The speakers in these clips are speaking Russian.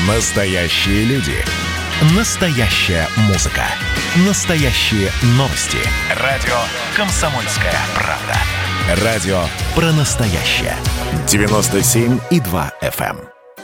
Настоящие люди. Настоящая музыка. Настоящие новости. Радио «Комсомольская правда». Радио про настоящее. 97,2 FM.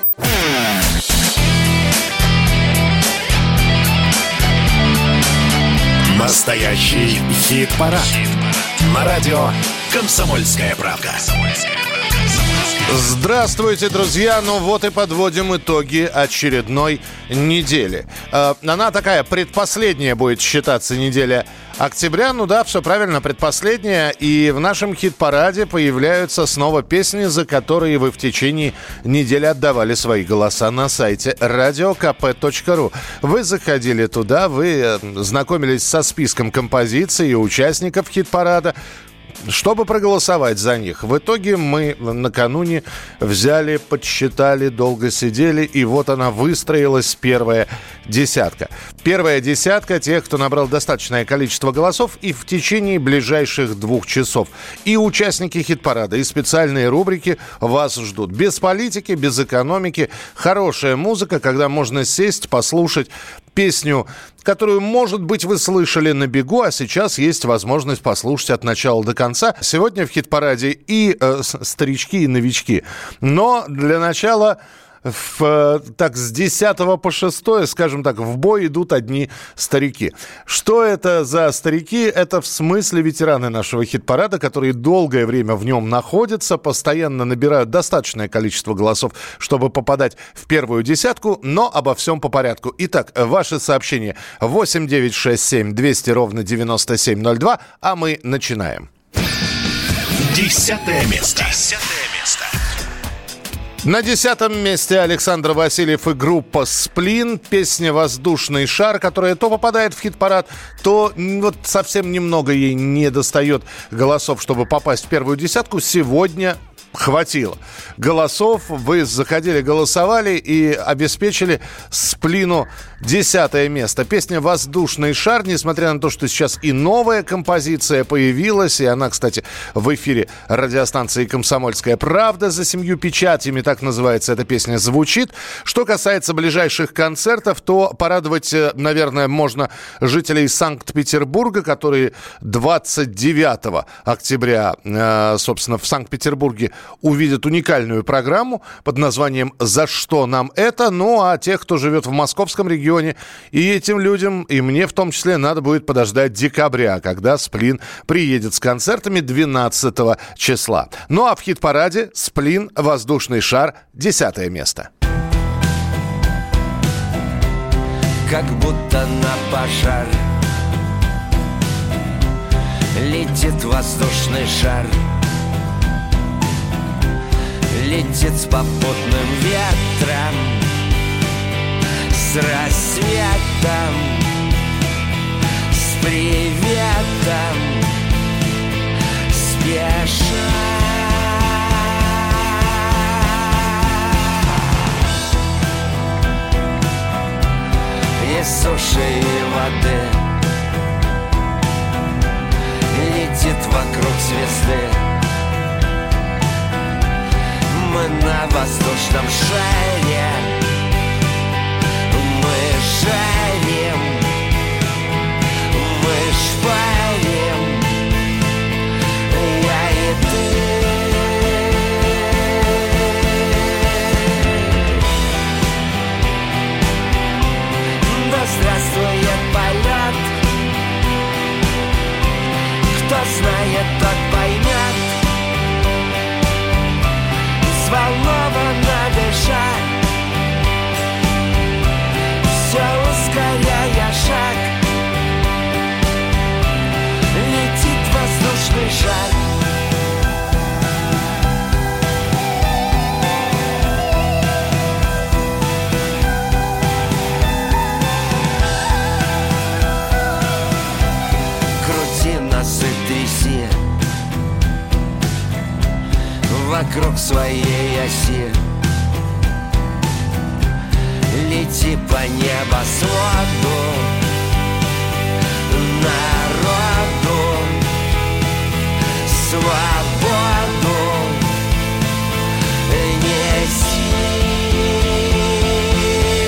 Настоящий хит-парад. На радио «Комсомольская правда». Здравствуйте, друзья! Ну вот и подводим итоги очередной недели. Она такая предпоследняя будет считаться неделя октября. Ну да, все правильно, предпоследняя. И в нашем хит-параде появляются снова песни, за которые вы в течение недели отдавали свои голоса на сайте radiokp.ru. Вы заходили туда, вы знакомились со списком композиций и участников хит-парада, чтобы проголосовать за них. В итоге мы накануне взяли, подсчитали, долго сидели, и вот она выстроилась, первая десятка. Первая десятка тех, кто набрал достаточное количество голосов, и в течение ближайших 2 часов. И участники хит-парада, и специальные рубрики вас ждут. Без политики, без экономики. Хорошая музыка, когда можно сесть, послушать песню, которую, может быть, вы слышали на бегу, а сейчас есть возможность послушать от начала до конца. Сегодня в хит-параде и старички, и новички. Но для начала так с 10 по 6, скажем так, в бой идут одни старики. Что это за старики? Это в смысле ветераны нашего хит-парада, которые долгое время в нем находятся, постоянно набирают достаточное количество голосов, чтобы попадать в первую десятку, но обо всем по порядку. Итак, ваши сообщения 8 9 6 7 200 ровно 9702, а мы начинаем. 10 место. На 10 месте Александр Васильев и группа «Сплин». Песня «Воздушный шар», которая то попадает в хит-парад, то вот совсем немного ей не достает голосов, чтобы попасть в первую десятку. Сегодня хватило голосов. Вы заходили, голосовали и обеспечили «Сплину» 10 место. Песня «Воздушный шар», несмотря на то, что сейчас и новая композиция появилась, и она, кстати, в эфире радиостанции «Комсомольская правда» за 7 печатями, так называется эта песня, звучит. Что касается ближайших концертов, то порадовать, наверное, можно жителей Санкт-Петербурга, которые 29 октября, собственно, в Санкт-Петербурге увидят уникальную программу под названием «За что нам это?». Ну, а тех, кто живет в московском регионе, и этим людям, и мне в том числе, надо будет подождать декабря, когда «Сплин» приедет с концертами 12 числа. Ну, а в хит-параде «Сплин», «Воздушный шар», 10 место. Как будто на пожар летит воздушный шар, летит с попутным ветром, с рассветом, с приветом, спеша. Из суши и воды летит вокруг звезды. Мы на воздушном шаре, мы жарим, мы шпарим, я и ты. Да здравствует полет, кто знает, тот поймет. Взволнованно дыша, все ускоряя шаг, летит воздушный шар. Крути нас и тряси вокруг своей оси, лети по небосводу, народу свободу неси.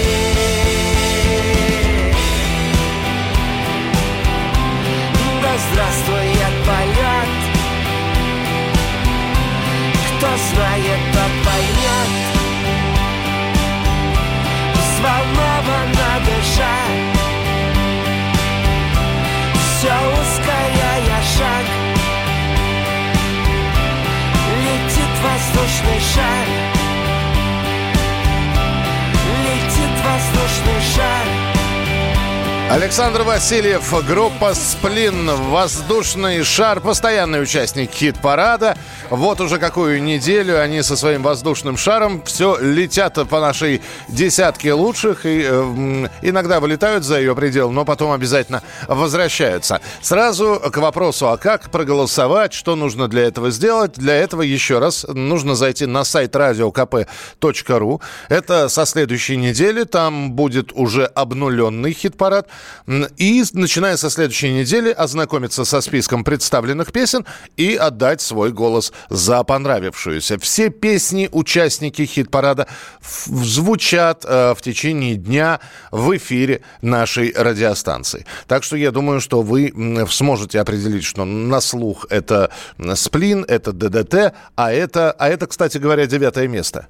Александр Васильев, группа «Сплин», «Воздушный шар», постоянный участник хит-парада. Вот уже какую неделю они со своим воздушным шаром все летят по нашей десятке лучших и иногда вылетают за ее предел, но потом обязательно возвращаются. Сразу к вопросу, а как проголосовать, что нужно для этого сделать? Для этого еще раз нужно зайти на сайт radiokp.ru. Это со следующей недели, там будет уже обнуленный хит-парад. И, начиная со следующей недели, ознакомиться со списком представленных песен и отдать свой голос за понравившуюся. Все песни участники хит-парада звучат в течение дня в эфире нашей радиостанции. Так что я думаю, что вы сможете определить, что на слух это «Сплин», это «ДДТ», а это, кстати говоря, 9-е место.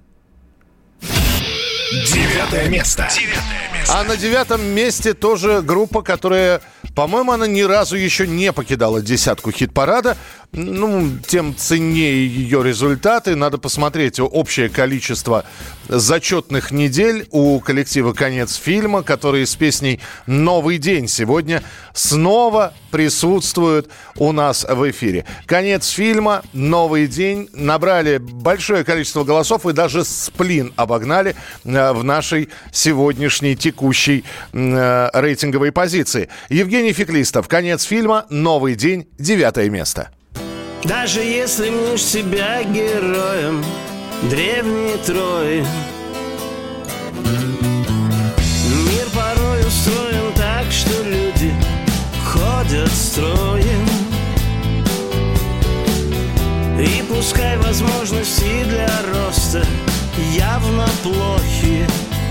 9-е место. А на 9-м месте тоже группа, которая, по-моему, она ни разу еще не покидала десятку хит-парада. Ну, тем ценнее ее результаты. Надо посмотреть общее количество зачетных недель у коллектива «Конец фильма», которые с песней «Новый день» сегодня снова присутствуют у нас в эфире. «Конец фильма», «Новый день» набрали большое количество голосов и даже «Сплин» обогнали в нашей сегодняшней текущей рейтинговой позиции. Евгений Феклистов, «Конец фильма», «Новый день», 9-е место. Даже если мнешь себя героем древней Трои, мир порой устроен так, что люди ходят строем. И пускай возможности для роста явно плохи,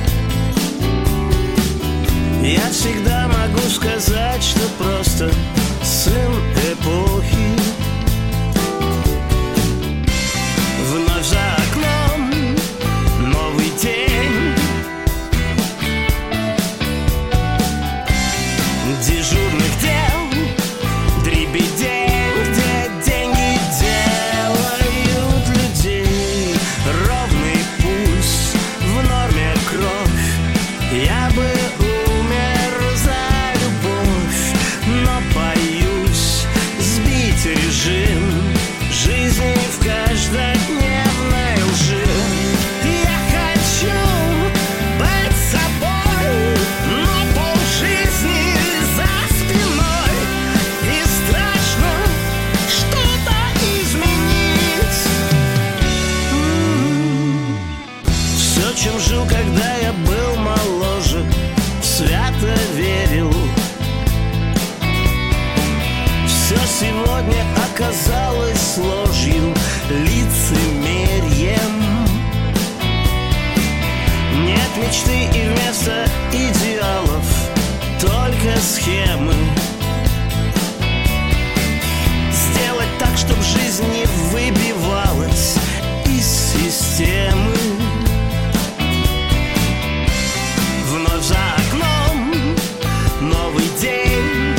я всегда могу сказать, что просто сын эпохи. Вновь за окном новый день, дежурных дел, дребедень, где деньги делают людей. Ровный пульс, в норме кровь, я бы умер за любовь, но боюсь сбить режим жизни в каждодневной лжи. Я хочу быть собой, но полжизни за спиной, и страшно что-то изменить. Все, чем жил, когда я был моложе, свято верил. Все сегодня оказалось ложью, лицемерием. Нет мечты и вместо идеалов только схемы. Сделать так, чтоб жизнь не выбивалась из системы. Вновь за окном новый день,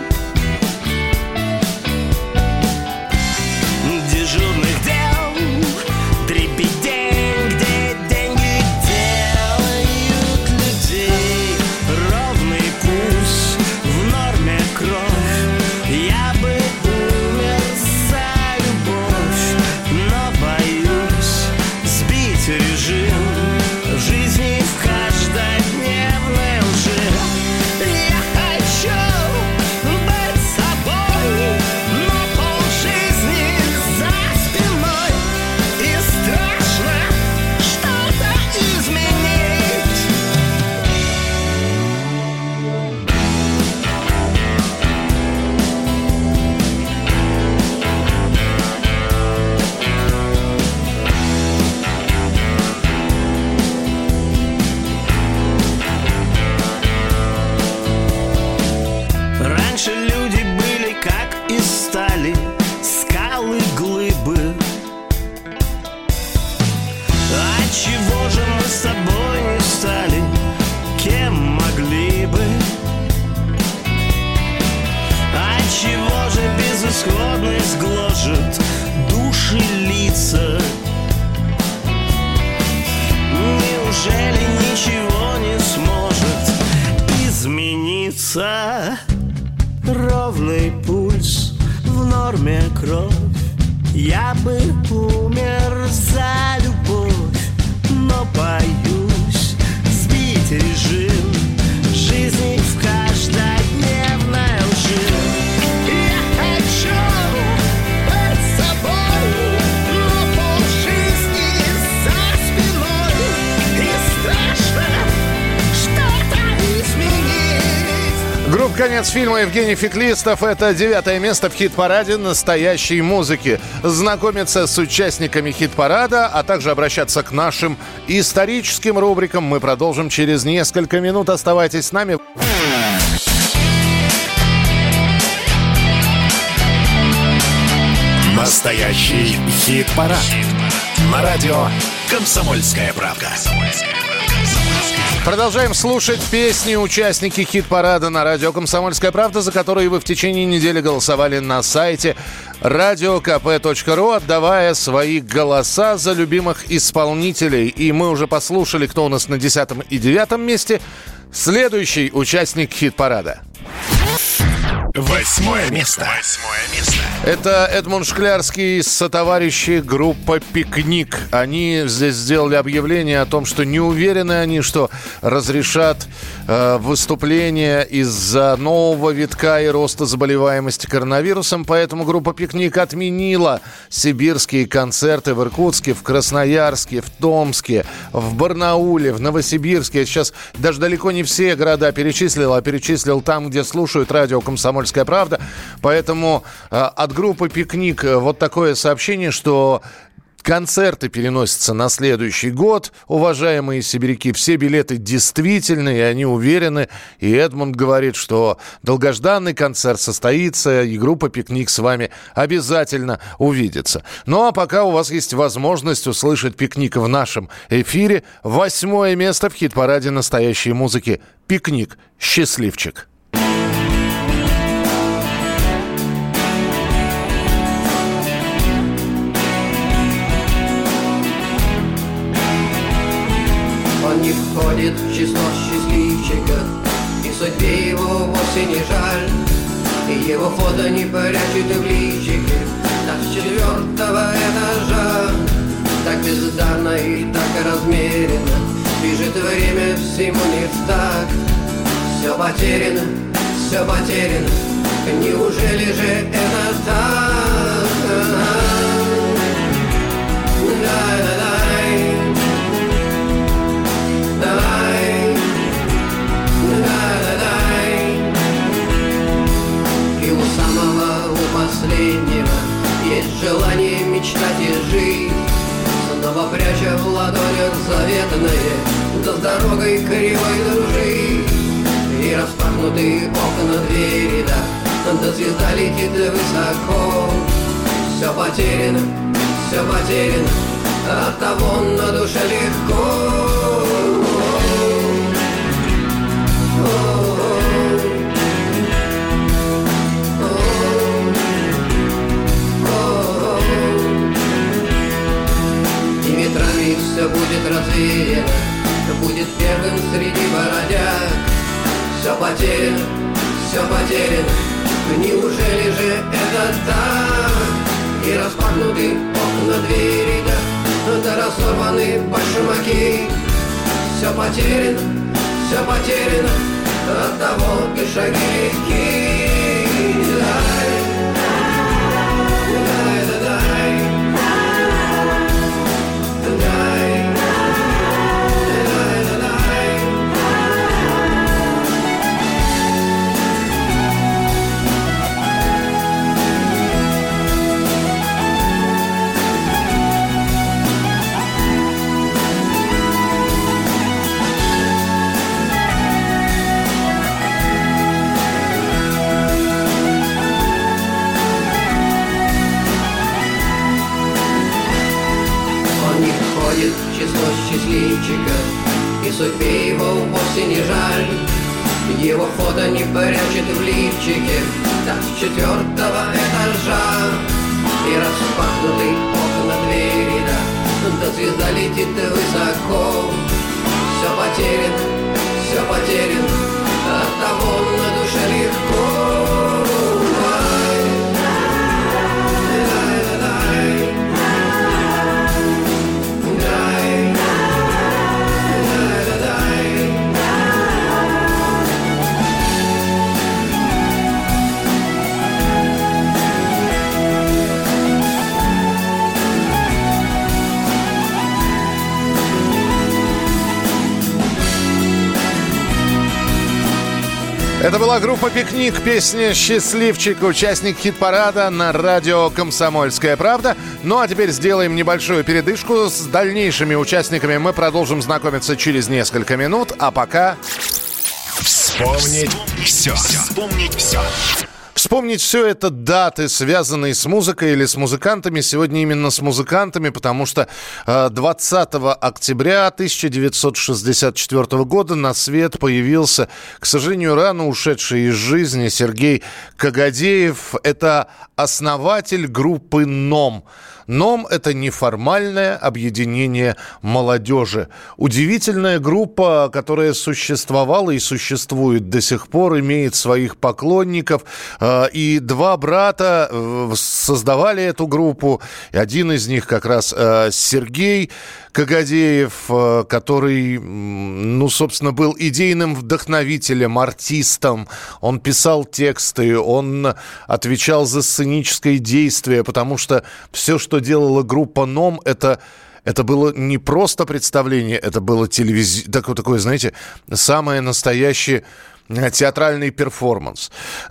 дежурных дел, дребедень, где деньги делают людей. Ровный пульс, в норме кровь, я бы умер за любовь, сердца, ровный пульс, в норме кровь. Я бы умер за любовь, но боюсь сбить режим жизни в каждодневной лжи. Я хочу быть собой, но полжизни за спиной, и страшно что-то изменить. Группа «Конец фильма», Евгений Феклистов. Это 9 место в хит-параде настоящей музыки. Знакомиться с участниками хит-парада, а также обращаться к нашим историческим рубрикам мы продолжим через несколько минут. Оставайтесь с нами. Настоящий хит-парад. На радио «Комсомольская правда». Продолжаем слушать песни участники хит-парада на радио «Комсомольская правда», за которые вы в течение недели голосовали на сайте radiokp.ru, отдавая свои голоса за любимых исполнителей. И мы уже послушали, кто у нас на 10 и 9 месте. Следующий участник хит-парада. 8 место. Это Эдмунд Шклярский с сотоварищи группа «Пикник». Они здесь сделали объявление о том, что не уверены они, что разрешат выступления из-за нового витка и роста заболеваемости коронавирусом. Поэтому группа «Пикник» отменила сибирские концерты в Иркутске, в Красноярске, в Томске, в Барнауле, в Новосибирске. Я сейчас даже далеко не все города перечислил, а перечислил там, где слушают радио «Комсомольская правда». Поэтому от группы «Пикник» вот такое сообщение, что концерты переносятся на следующий год. Уважаемые сибиряки, все билеты действительны, и они уверены. И Эдмунд говорит, что долгожданный концерт состоится, и группа «Пикник» с вами обязательно увидится. Ну а пока у вас есть возможность услышать «Пикник» в нашем эфире. 8 место в хит-параде настоящей музыки. «Пикник». Счастливчик. Он не входит в число счастливчиков, и судьбе его вовсе не жаль. И его фото не прячет в личике, так с 4-го этажа. Так бездарно и так размеренно бежит время всему не в такт. Все потеряно, все потеряно, неужели же это так? И у самого, у последнего есть желание мечтать и жить, снова пряча в ладонях заветное, да с дорогой кривой дружить. И распахнутые окна двери, да звезда летит высоко. Все потеряно, оттого на душе легко. И метрами все будет развеяно, будет первым среди бродяг. Все потеряно, неужели же это так? И распахнуты окна двери, да разорваны башмаки. Все потеряно, оттого и шаги легки. В число счастливчиков, и судьбе его вовсе не жаль. Его фото не прячет в лифчике, так с 4-го этажа. И распахнуты окна двери, да звезда летит высоко. Все потеряно, оттого на душе Это была группа «Пикник», песня «Счастливчик», участник хит-парада на радио «Комсомольская правда». Ну а теперь сделаем небольшую передышку. С дальнейшими участниками мы продолжим знакомиться через несколько минут. А пока... Вспомнить все. Вспомнить все. Вспомнить все это даты, связанные с музыкой или с музыкантами. Сегодня именно с музыкантами, потому что 20 октября 1964 года на свет появился, к сожалению, рано ушедший из жизни Сергей Кагадеев. Это основатель группы «НОМ». НОМ – это неформальное объединение молодежи. Удивительная группа, которая существовала и существует до сих пор, имеет своих поклонников. И два брата создавали эту группу. Один из них как раз Сергей Кагадеев, который, собственно, был идейным вдохновителем, артистом. Он писал тексты, он отвечал за сценическое действие, потому что все, что делала группа «НОМ», это было не просто представление, это было такое, знаете, самое настоящее театральный перформанс.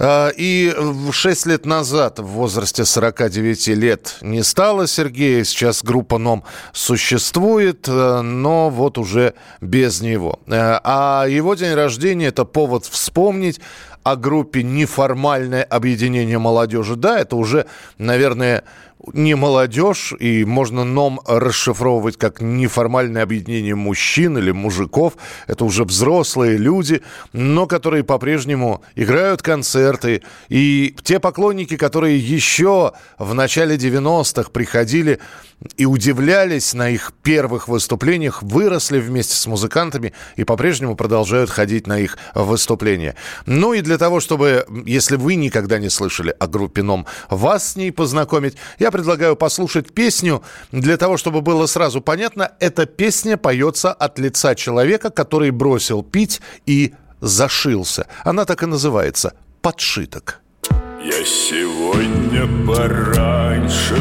И 6 лет назад, в возрасте 49 лет, не стало Сергея. Сейчас группа «НОМ» существует, но вот уже без него. А его день рождения – это повод вспомнить о группе «Неформальное объединение молодежи». Да, это уже, наверное, не молодежь, и можно «НОМ» расшифровывать как неформальное объединение мужчин или мужиков. Это уже взрослые люди, но которые по-прежнему играют концерты. И те поклонники, которые еще в начале 90-х приходили и удивлялись на их первых выступлениях, выросли вместе с музыкантами и по-прежнему продолжают ходить на их выступления. Ну и для того, чтобы, если вы никогда не слышали о группе «НОМ», вас с ней познакомить, я предлагаю послушать песню. Для того, чтобы было сразу понятно, эта песня поется от лица человека, который бросил пить и зашился. Она так и называется «Подшиток». Я сегодня пораньше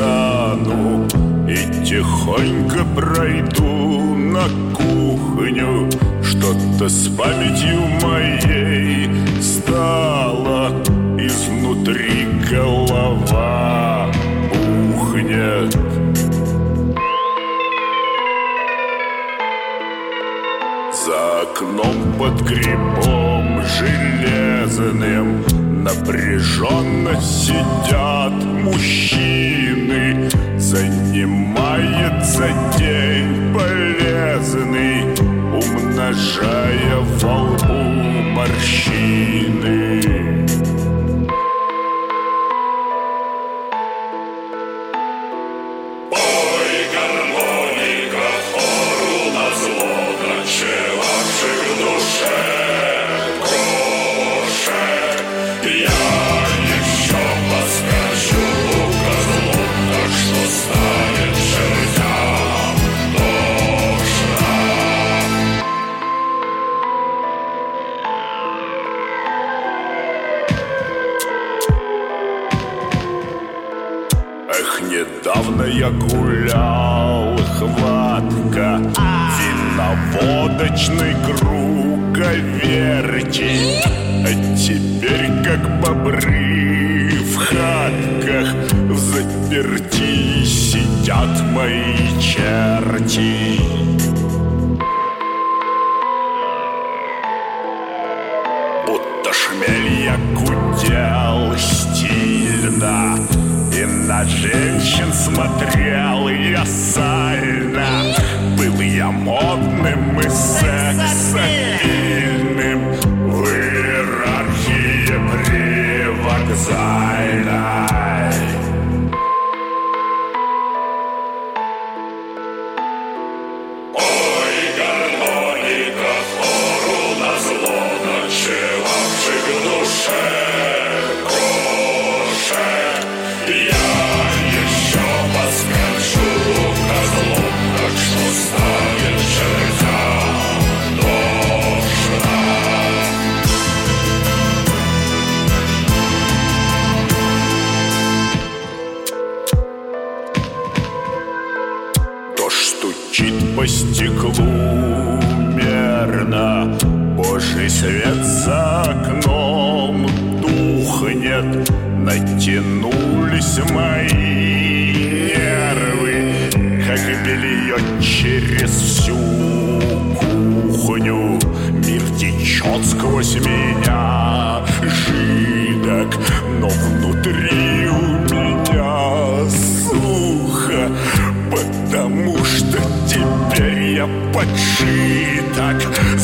встану и тихонько пройду на кухню. Что-то с памятью моей стало, изнутри голова ухнет. За окном под грибом железным напряженно сидят мужчины. Занимается день полезный, умножая во лбу морщины. Недавно я гулял, хватка виноводочной круговерти. А теперь, как бобры в хатках, в заперти сидят мои черти. Будто шмель я гудел стильно, и на женщин смотрел я сально. Был я модным и сексапильным в иерархии привокзальной. Ой, гармоника, хору назло ночевавших в душе. Я еще поскочу козлом, так что станет чертям дождь. Божий свет за окном тухнет, натянулись мои нервы, как белье через всю кухню. Мир течет сквозь меня жидок, но внутри у меня сухо, потому что теперь я подшиток,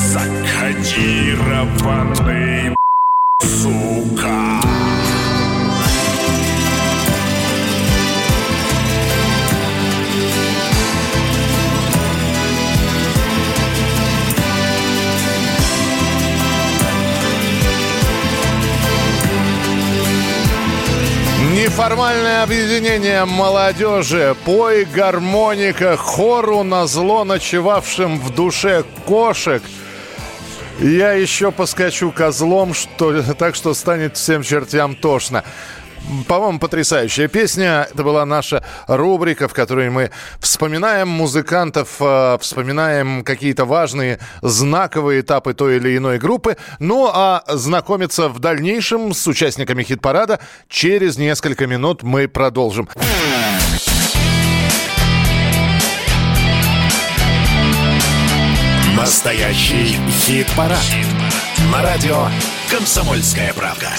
закодированный, сука. Неформальное объединение молодежи «Пой, гармоника» хору назло ночевавшим в душе кошек. Я еще поскочу козлом, так что станет всем чертям тошно. По-моему, потрясающая песня. Это была наша рубрика, в которой мы вспоминаем музыкантов, вспоминаем какие-то важные, знаковые этапы той или иной группы. Ну, а знакомиться в дальнейшем с участниками хит-парада через несколько минут мы продолжим. Настоящий хит-парад. На радио «Комсомольская правда».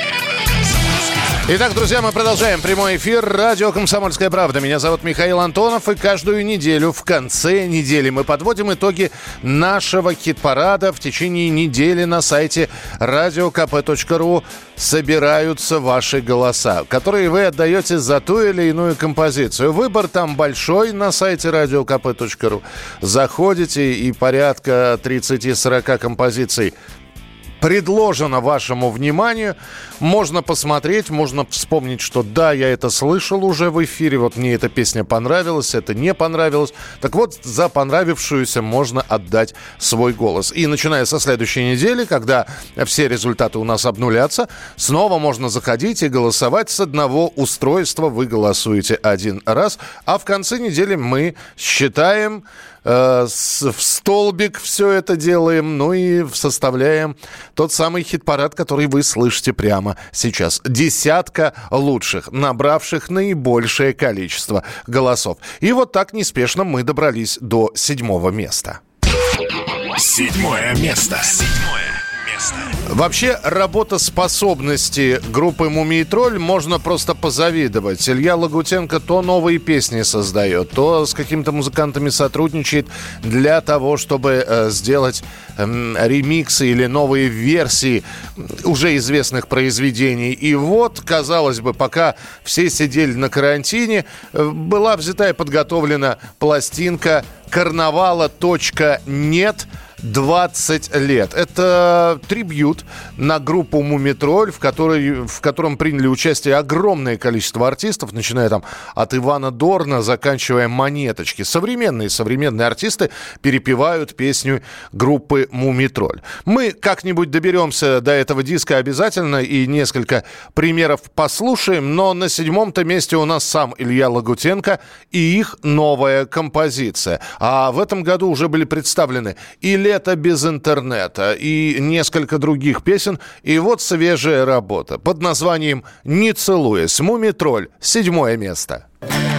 Итак, друзья, мы продолжаем прямой эфир. Радио «Комсомольская правда». Меня зовут Михаил Антонов. И каждую неделю, в конце недели, мы подводим итоги нашего хит-парада. В течение недели на сайте radiokp.ru собираются ваши голоса, которые вы отдаете за ту или иную композицию. Выбор там большой на сайте radiokp.ru. Заходите, и порядка 30-40 композиций предложено вашему вниманию. Можно посмотреть, можно вспомнить, что да, я это слышал уже в эфире, вот мне эта песня понравилась, это не понравилось. Так вот, за понравившуюся можно отдать свой голос. И начиная со следующей недели, когда все результаты у нас обнулятся, снова можно заходить и голосовать с одного устройства. Вы голосуете один раз, а в конце недели мы считаем, в столбик все это делаем, ну и составляем тот самый хит-парад, который вы слышите прямо сейчас. 10 лучших, набравших наибольшее количество голосов. И вот так неспешно мы добрались до 7-го места. 7-е место. Вообще, работоспособности группы «Мумий-тролль» можно просто позавидовать. Илья Лагутенко то новые песни создает, то с какими-то музыкантами сотрудничает для того, чтобы сделать ремиксы или новые версии уже известных произведений. И вот, казалось бы, пока все сидели на карантине, была взята и подготовлена пластинка «Карнавала.нет». 20 лет. Это трибьют на группу «Мумий-тролль», в котором приняли участие огромное количество артистов, начиная там от Ивана Дорна, заканчивая «Монеточки». Современные артисты перепевают песню группы «Мумий-тролль». Мы как-нибудь доберемся до этого диска обязательно и несколько примеров послушаем, но на 7-м месте у нас сам Илья Лагутенко и их новая композиция. А в этом году уже были представлены и «Лето без интернета», и несколько других песен. И вот свежая работа под названием «Не целуясь». «Мумий-тролль», 7-е место.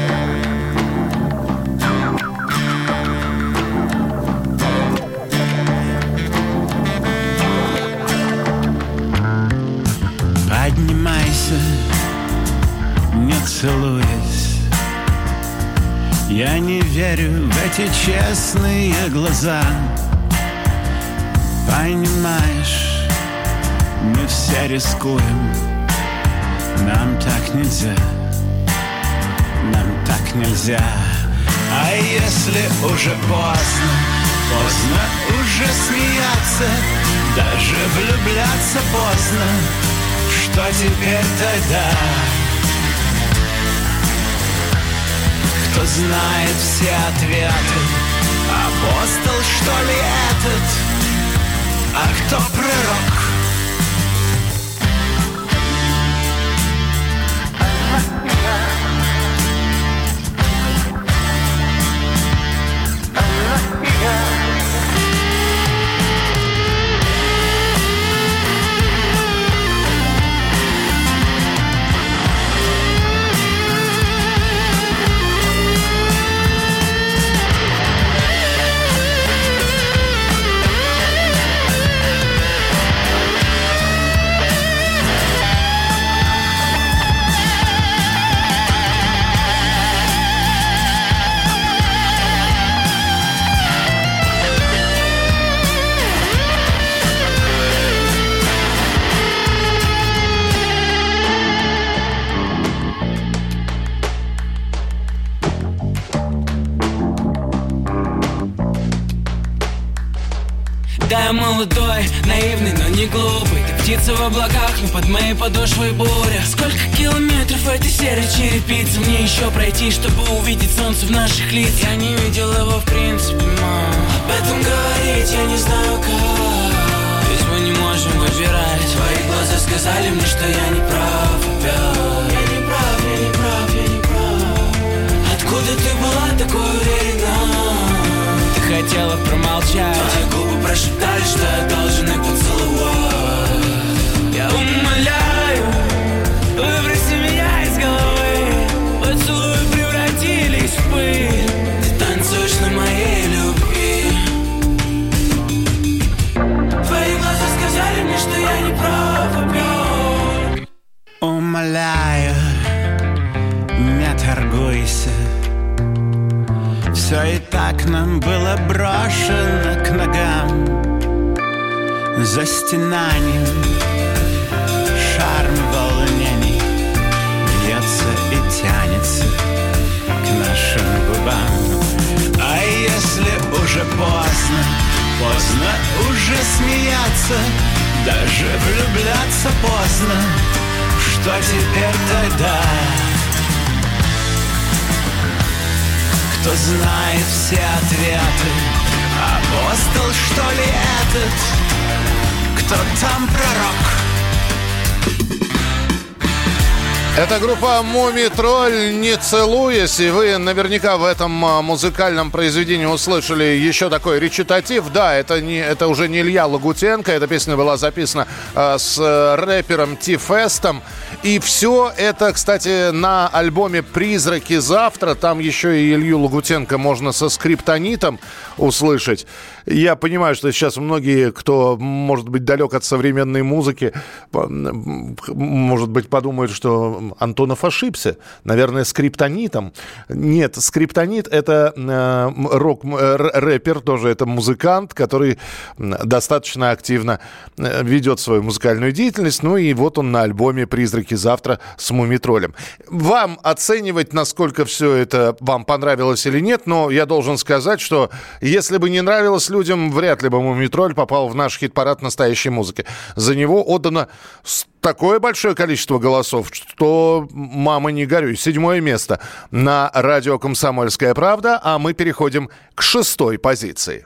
Поднимайся, не целуясь. Я не верю в эти честные глаза. Понимаешь, мы все рискуем. Нам так нельзя, нам так нельзя. А если уже поздно, поздно уже смеяться, даже влюбляться поздно. Что теперь тогда? Кто знает все ответы? Апостол, что ли, этот? А кто пророк? Когда я молодой, наивный, но не глупый. Ты птица в облаках, но под моей подошвой буря. Сколько километров этой серой черепицы мне еще пройти, чтобы увидеть солнце в наших лицах? Я не видел его в принципе, мам. Об этом говорить я не знаю как. Ведь мы не можем выбирать. Твои глаза сказали мне, что я не прав опять. Я не прав, я не прав, я не прав. Откуда ты была такой уверена? Ты хотела промолчать. Твои губы прошептали, что я должен их поцеловать. Я умоляю, выброси меня из головы. Поцелуи превратились в пыль. Ты танцуешь на моей любви. Твои глаза сказали мне, что я не прав опять. Умоляю, не торгуйся. Все и так нам было брошено к ногам. За стенанием шарм волнений бьется и тянется к нашим губам. А если уже поздно, поздно уже смеяться, даже влюбляться поздно, что теперь тогда? Кто знает все ответы? Апостол, что ли, этот? Кто там пророк? Это группа «Мумий-тролль», «Не целуясь». И вы наверняка в этом музыкальном произведении услышали еще такой речитатив. Да, это уже не Илья Лагутенко. Эта песня была записана с рэпером Ти-Фестом. И все это, кстати, на альбоме «Призраки завтра». Там еще и Илью Лагутенко можно со скриптонитом услышать. Я понимаю, что сейчас многие, кто, может быть, далек от современной музыки, может быть, подумают, что Антонов ошибся. Наверное, скриптонитом. Нет, скриптонит — это рок-рэпер, тоже это музыкант, который достаточно активно ведет свою музыкальную деятельность. Ну и вот он на альбоме «Призраки завтра» с Мумий-троллем. Вам оценивать, насколько все это вам понравилось или нет, но я должен сказать, что если бы не нравилось людям, вряд ли бы Мумий-тролль попал в наш хит-парад настоящей музыки. За него отдано такое большое количество голосов, что, мама, не горюй. 7 место на радио «Комсомольская правда», а мы переходим к 6-й позиции.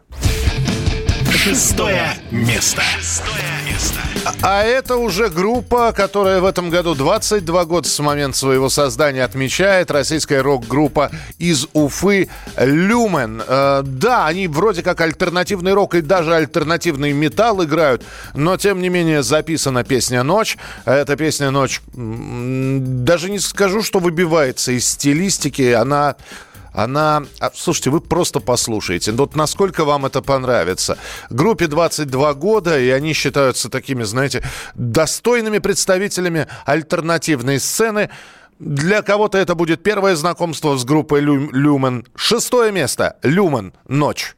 6-е место. А это уже группа, которая в этом году 22 года с момента своего создания отмечает. Российская рок-группа из Уфы «Люмен». Да, они вроде как альтернативный рок и даже альтернативный металл играют, но тем не менее записана песня «Ночь». Эта песня «Ночь» даже не скажу, что выбивается из стилистики. Она... Слушайте, вы просто послушайте. Вот насколько вам это понравится. Группе 22 года, и они считаются такими, знаете, достойными представителями альтернативной сцены. Для кого-то это будет первое знакомство с группой «Люмен». 6-е место. «Люмен. Ночь».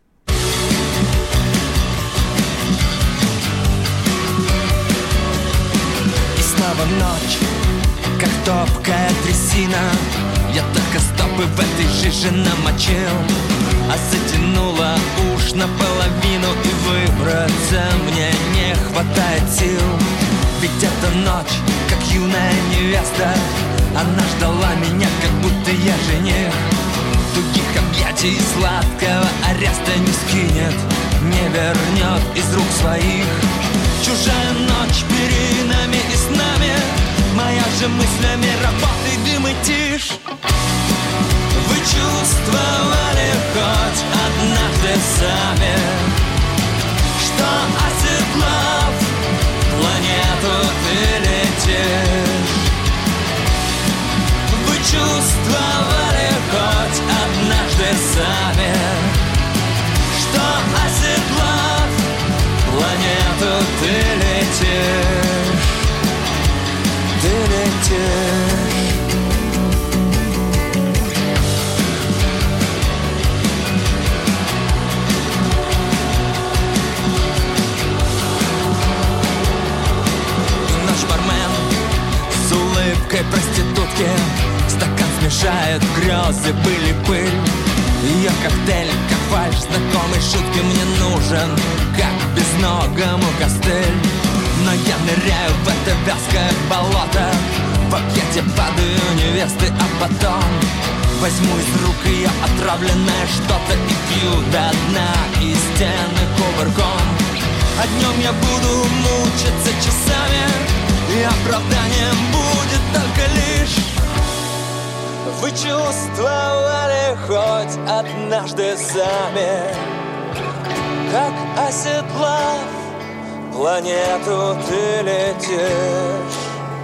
И снова ночь, как топкая трясина. Я только стопы в этой жиже намочил, а затянула уж наполовину, и выбраться мне не хватает сил. Ведь эта ночь, как юная невеста, она ждала меня, как будто я жених. Тугих объятий сладкого ареста не скинет, не вернет из рук своих. Чужая ночь перед нами и с нами, моя же мыслями работает дым и тишь. Вы чувствовали хоть однажды сами, что оседлав планету ты летишь? Вы чувствовали хоть однажды сами, что оседлав планету ты летишь? Ты летишь. Наш бармен с улыбкой проститутки стакан смешает, грезы, пыль и пыль. Ее коктейль, как фальшь знакомой шутки, мне нужен, как без одинокому костыль. Но я ныряю в это вязкое болото, в пакете падаю невесты, а потом возьму из рук ее отравленное что-то и пью до дна, и стены кувырком. А днем я буду мучиться часами, и оправданием будет только лишь: вы чувствовали хоть однажды сами, как оседлав планету ты летишь?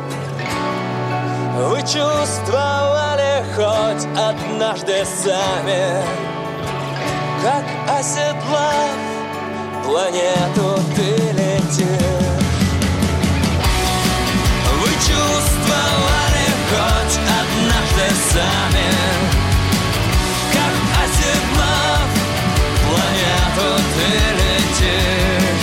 Вы чувствовали хоть однажды сами, как оседлав планету ты летишь? Вы чувствовали хоть однажды сами, как оседлав планету ты летишь?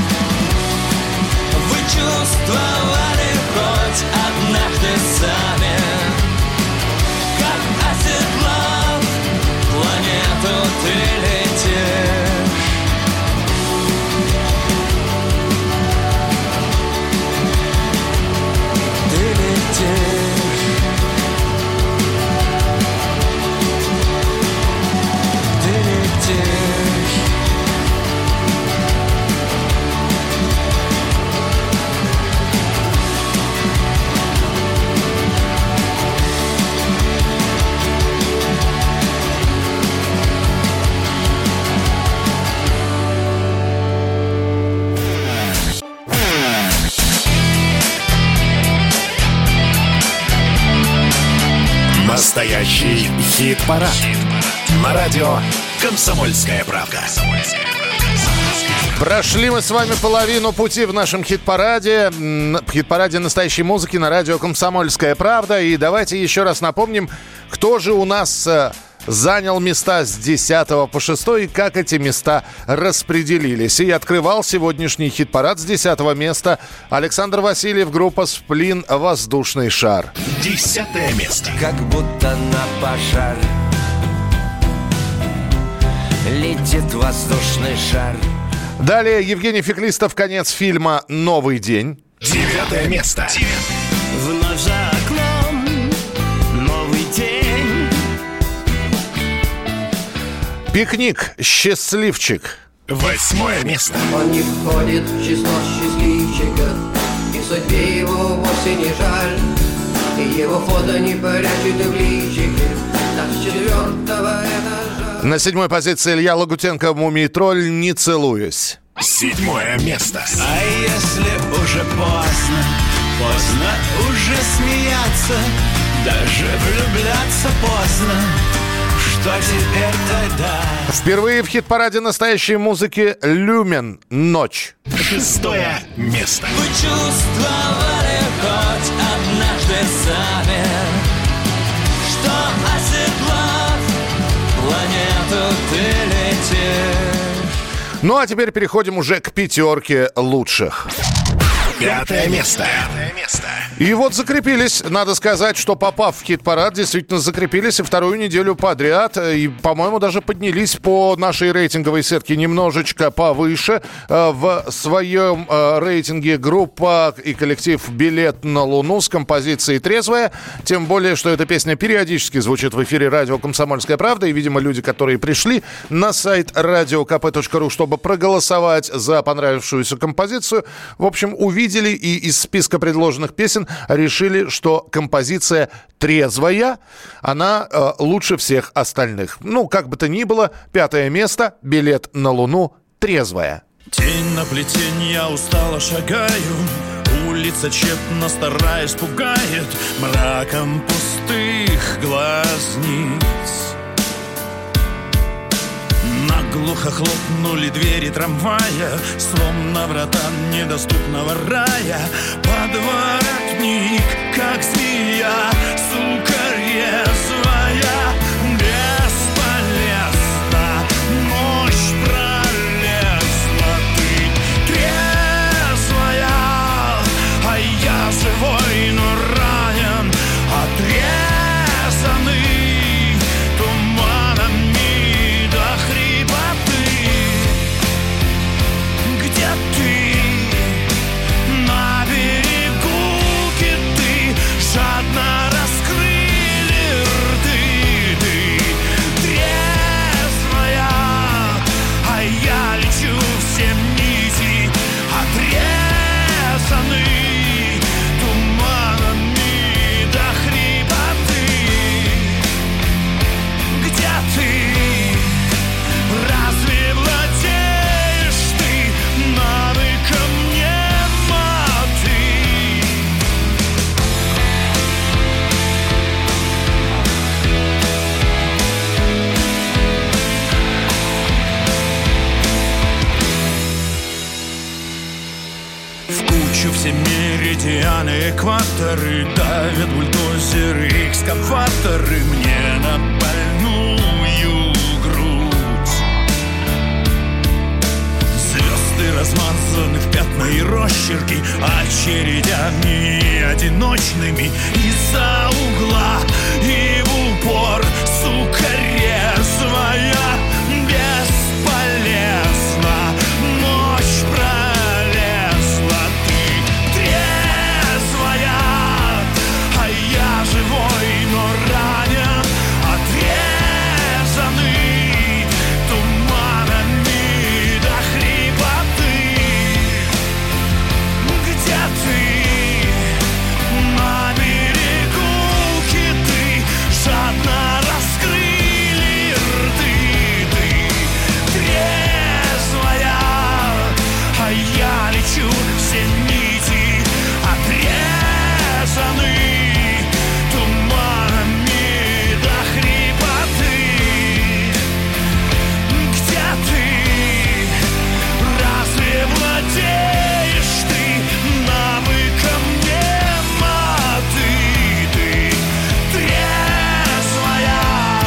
Вы чувствовали хоть однажды сами, как оседлав планету ты летишь? Ты летишь. Ты летишь. Настоящий хит-парад. На радио «Комсомольская правда». Прошли мы с вами половину пути в нашем хит-параде. Хит-параде настоящей музыки на радио «Комсомольская правда». И давайте еще раз напомним, кто же у нас занял места с 10 по 6 и как эти места распределились. И открывал сегодняшний хит-парад с 10 места Александр Васильев, группа «Сплин», «Воздушный шар». 10 место. Как будто на пожар летит воздушный шар. Далее Евгений Феклистов, конец фильма «Новый день». 9 место. Вновь за окном новый день. «Пикник», «Счастливчик». 8 место. Он не входит в число счастливчиков, и судьбе его вовсе не жаль, и его фото не прячут в личике, так с 4-го этажа. На 7 позиции Илья Лагутенко, «Мумий тролль», «Не целуюсь». 7 место. А если уже поздно, поздно уже смеяться, даже влюбляться поздно, что теперь тогда? Впервые в хит-параде настоящей музыки «Люмен», «Ночь». 6 место. Вы чувствовали хоть однажды сами, что оседлав планету ты летишь? Ну а теперь переходим уже к пятерке лучших. 5 место. И вот закрепились, надо сказать, что попав в хит-парад, действительно закрепились и вторую неделю подряд. И, по-моему, даже поднялись по нашей рейтинговой сетке немножечко повыше. В своем рейтинге группа и коллектив «Билет на Луну» с композицией «Трезвая». Тем более, что эта песня периодически звучит в эфире радио «Комсомольская правда». И, видимо, люди, которые пришли на сайт radiokp.ru, чтобы проголосовать за понравившуюся композицию, в общем, увидели и из списка предложенных песен решили, что композиция «Трезвая», она лучше всех остальных. Ну, как бы то ни было, 5 место, «Билет на Луну», «Трезвая». Тень на плетень, я устало шагаю. Улица тщетно стараясь пугает мраком пустых глазниц. Наглухо хлопнули двери трамвая, словно врата недоступного рая. Подворотник, как змея, сука резвая. Бесполезно, ночь пролезла. Ты трезвая, а я живой, но ранен, отрезанный туманами до хрипоты. Где В кучу все меридианы, экваторы, давят бульдозеры, экскаваторы мне на больную грудь. Звезды размазаны в пятна и росчерки, очередями одиночными из-за угла и в упор, сука, резвая. Бесполезно, ночь пролезла, ты трезвая, а я живой, но ранен, отрезанный туманами до хрипоты. Где ты? На берегу киты жадно раскрыли рты. Трезвая, а я лечу, все нити отрезаны туманами до хрипоты. Где ты? Разве владеешь ты навыком немоты? Ты трезвая.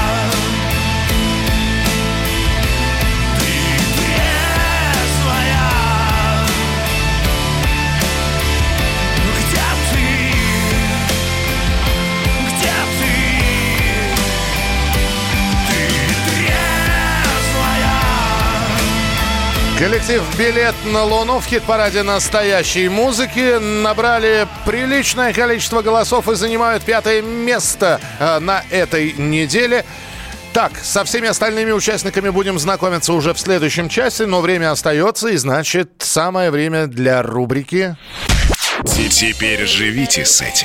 Коллектив «Билет на Луну» в хит-параде настоящей музыки набрали приличное количество голосов и занимают 5-е место на этой неделе. Так, со всеми остальными участниками будем знакомиться уже в следующем часе, но время остается, и значит, самое время для рубрики Теперь живите с этим.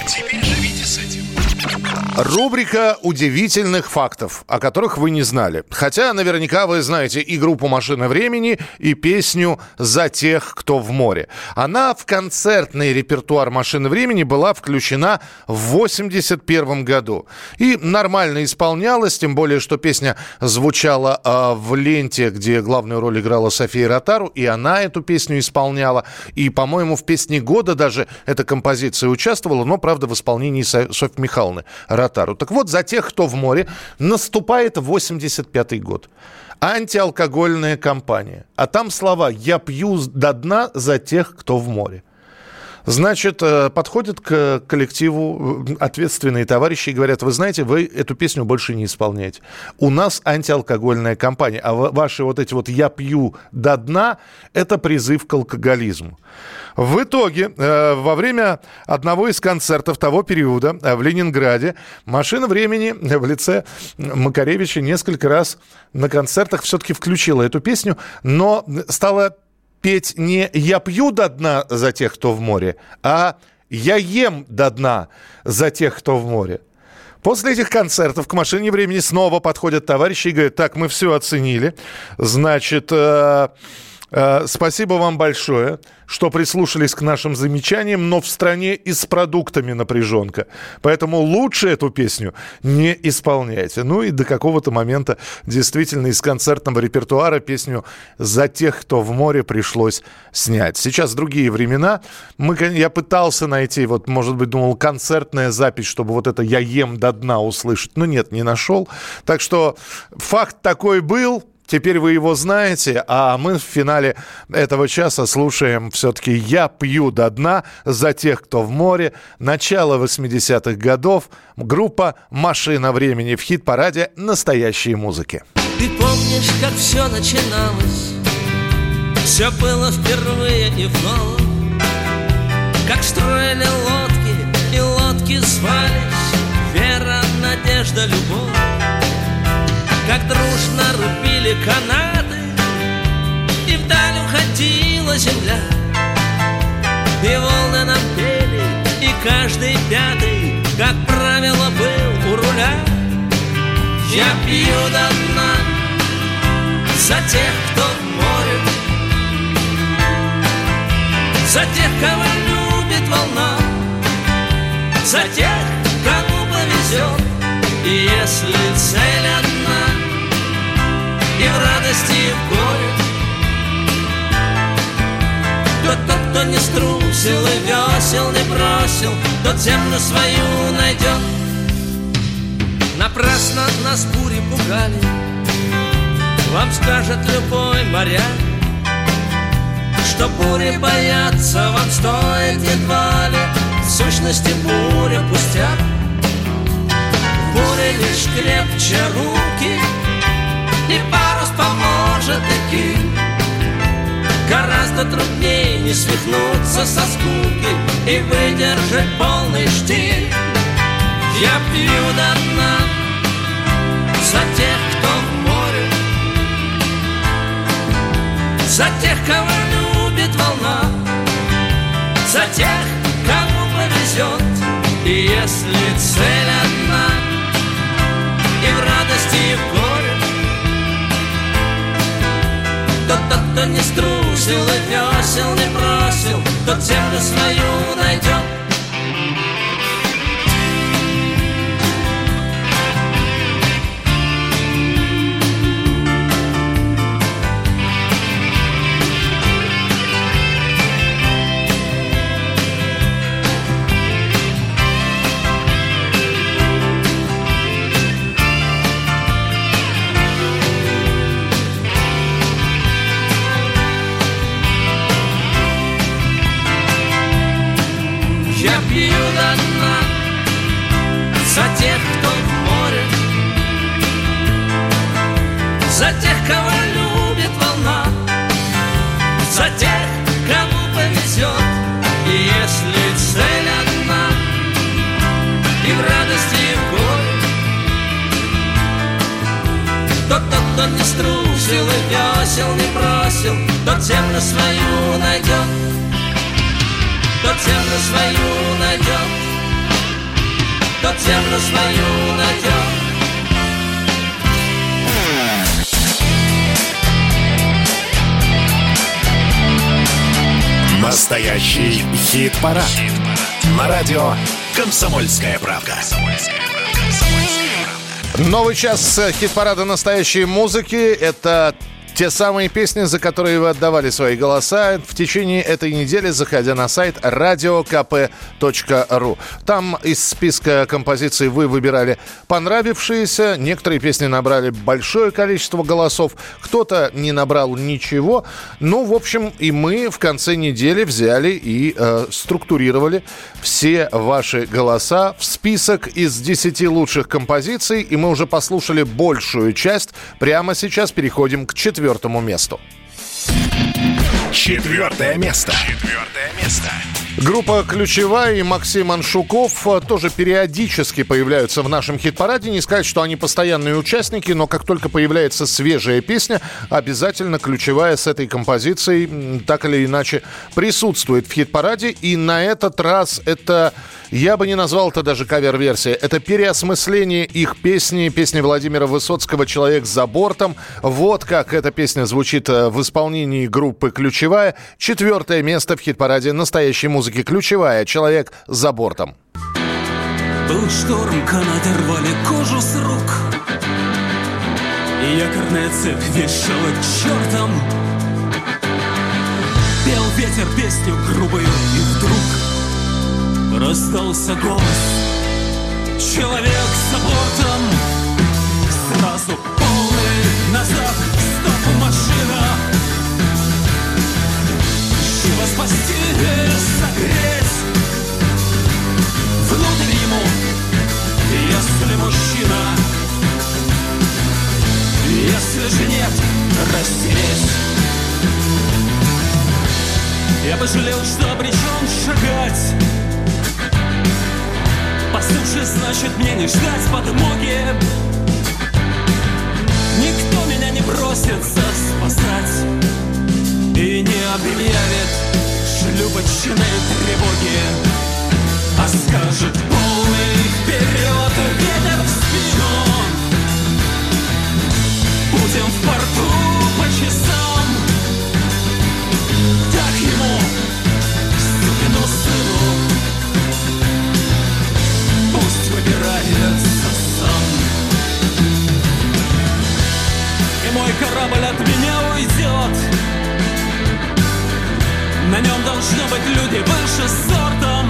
Рубрика удивительных фактов, о которых вы не знали. Хотя наверняка вы знаете и группу «Машина времени», и песню «За тех, кто в море». Она в концертный репертуар «Машины времени» была включена в 1981 году. И нормально исполнялась, тем более, что песня звучала в ленте, где главную роль играла София Ротару, и она эту песню исполняла. И, по-моему, в «Песне года» даже эта композиция участвовала, но, правда, в исполнении Софьи Михайловны Ротару. Так вот, «За тех, кто в море» наступает 85-й год. Антиалкогольная кампания. А там слова «Я пью до дна за тех, кто в море». Значит, подходят к коллективу ответственные товарищи и говорят: вы знаете, вы эту песню больше не исполняете. У нас антиалкогольная кампания, а ваши вот эти вот «я пью до дна» – это призыв к алкоголизму. В итоге, во время одного из концертов того периода в Ленинграде «Машина времени» в лице Макаревича несколько раз на концертах все-таки включила эту песню, но стала петь не «я пью до дна за тех, кто в море», а «я ем до дна за тех, кто в море». После этих концертов к «Машине времени» снова подходят товарищи и говорят: так, мы все оценили, значит, спасибо вам большое, что прислушались к нашим замечаниям, но в стране и с продуктами напряженка. Поэтому лучше эту песню не исполняйте. Ну и до какого-то момента действительно из концертного репертуара песню «За тех, кто в море» пришлось снять. Сейчас другие времена. Я пытался найти, вот, может быть, думал, концертная запись, чтобы вот это «я ем до дна» услышать. Но нет, не нашел. Так что факт такой был. Теперь вы его знаете, а мы в финале этого часа слушаем все-таки «Я пью до дна за тех, кто в море». Начало 80-х годов. Группа «Машина времени» в хит-параде настоящей музыки. Ты помнишь, как все начиналось? Все было впервые и вновь. Как строили лодки, и лодки звались вера, надежда, любовь. Как дружно рубили канаты, и вдаль уходила земля. И волны нам пели, и каждый пятый, как правило, был у руля. Я пью до дна за тех, кто в море, за тех, кого любит волна, за тех, кому повезет. И если цель одна, и в радости, и в горе, то тот, кто не струсил и весел не бросил, тот землю свою найдет. Напрасно нас бури пугали, вам скажет любой моряк, что бури бояться вам стоит едва ли, в сущности буря пустяк. В буре лишь крепче руки, и парус поможет идти. Гораздо труднее не свихнуться со скуки и выдержать полный штиль. Я пью до дна за тех, кто в море, за тех, кого любит волна, за тех, кому повезет. И если цель одна, и в радости, и в горе, то тот, кто не струсил и весел не бросил, тот землю свою найдет. Я пью до дна за тех, кто в море, за тех, кого любит волна, за тех, кому повезет. И если цель одна, и в радости, и в горе, то тот, кто не струсил и весел не бросил, тот землю свою найдет. Тот землю свою найдет, тот землю свою найдет. Настоящий хит-парад. На радио «Комсомольская правда». Новый час хит-парада настоящей музыки. Это те самые песни, за которые вы отдавали свои голоса в течение этой недели, заходя на сайт radiokp.ru. Там из списка композиций вы выбирали понравившиеся. Некоторые песни набрали большое количество голосов, кто-то не набрал ничего. Ну, в общем, и мы в конце недели взяли и структурировали все ваши голоса в список из 10 лучших композиций. И мы уже послушали большую часть. Прямо сейчас переходим к четвертому месту. Четвертое место. Группа «Ключевая» и Максим Аншуков тоже периодически появляются в нашем хит-параде. Не сказать, что они постоянные участники, но как только появляется свежая песня, обязательно «Ключевая» с этой композицией так или иначе присутствует в хит-параде. И на этот раз это, я бы не назвал это даже кавер-версия, это переосмысление их песни Владимира Высоцкого «Человек за бортом». Вот как эта песня звучит в исполнении группы «Ключевая». Четвертое место в хит-параде настоящей музыки. «Ключевая. Человек за бортом». Был шторм, канаты рвали кожу с рук, и якорная цепь вешала к чертам. Пел ветер песню грубую, и вдруг раздался голос: человек за бортом. Сразу полный назад, стоп, машина. Живо спасти, согреть внутрь ему, если мужчина. Если же нет, растереть. Я пожалел, что обречен шагать по суше, значит мне не ждать подмоги. Никто меня не бросится спасать и не объявит шлюпочной тревоги, а скажет полный вперед, ветер в спину. Будем в порту по часам. Так ему, сукину сыну, пусть выбирается сам. И мой корабль от меня уйдет. На нем должно быть люди выше сортом.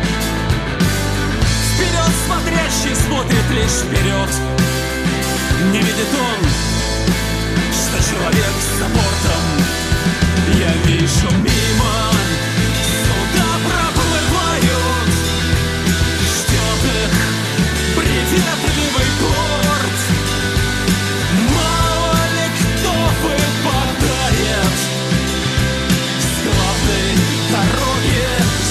Вперед смотрящий смотрит лишь вперед. Не видит он, что человек за бортом. Я вижу мимо, суда проплывают, ждет их приветливый порт. Мало ли кто выпадает с главной дороги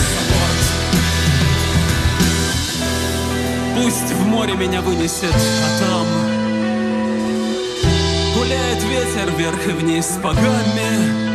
за борт. Пусть в море меня вынесет, а там гуляет ветер вверх и вниз по гамме.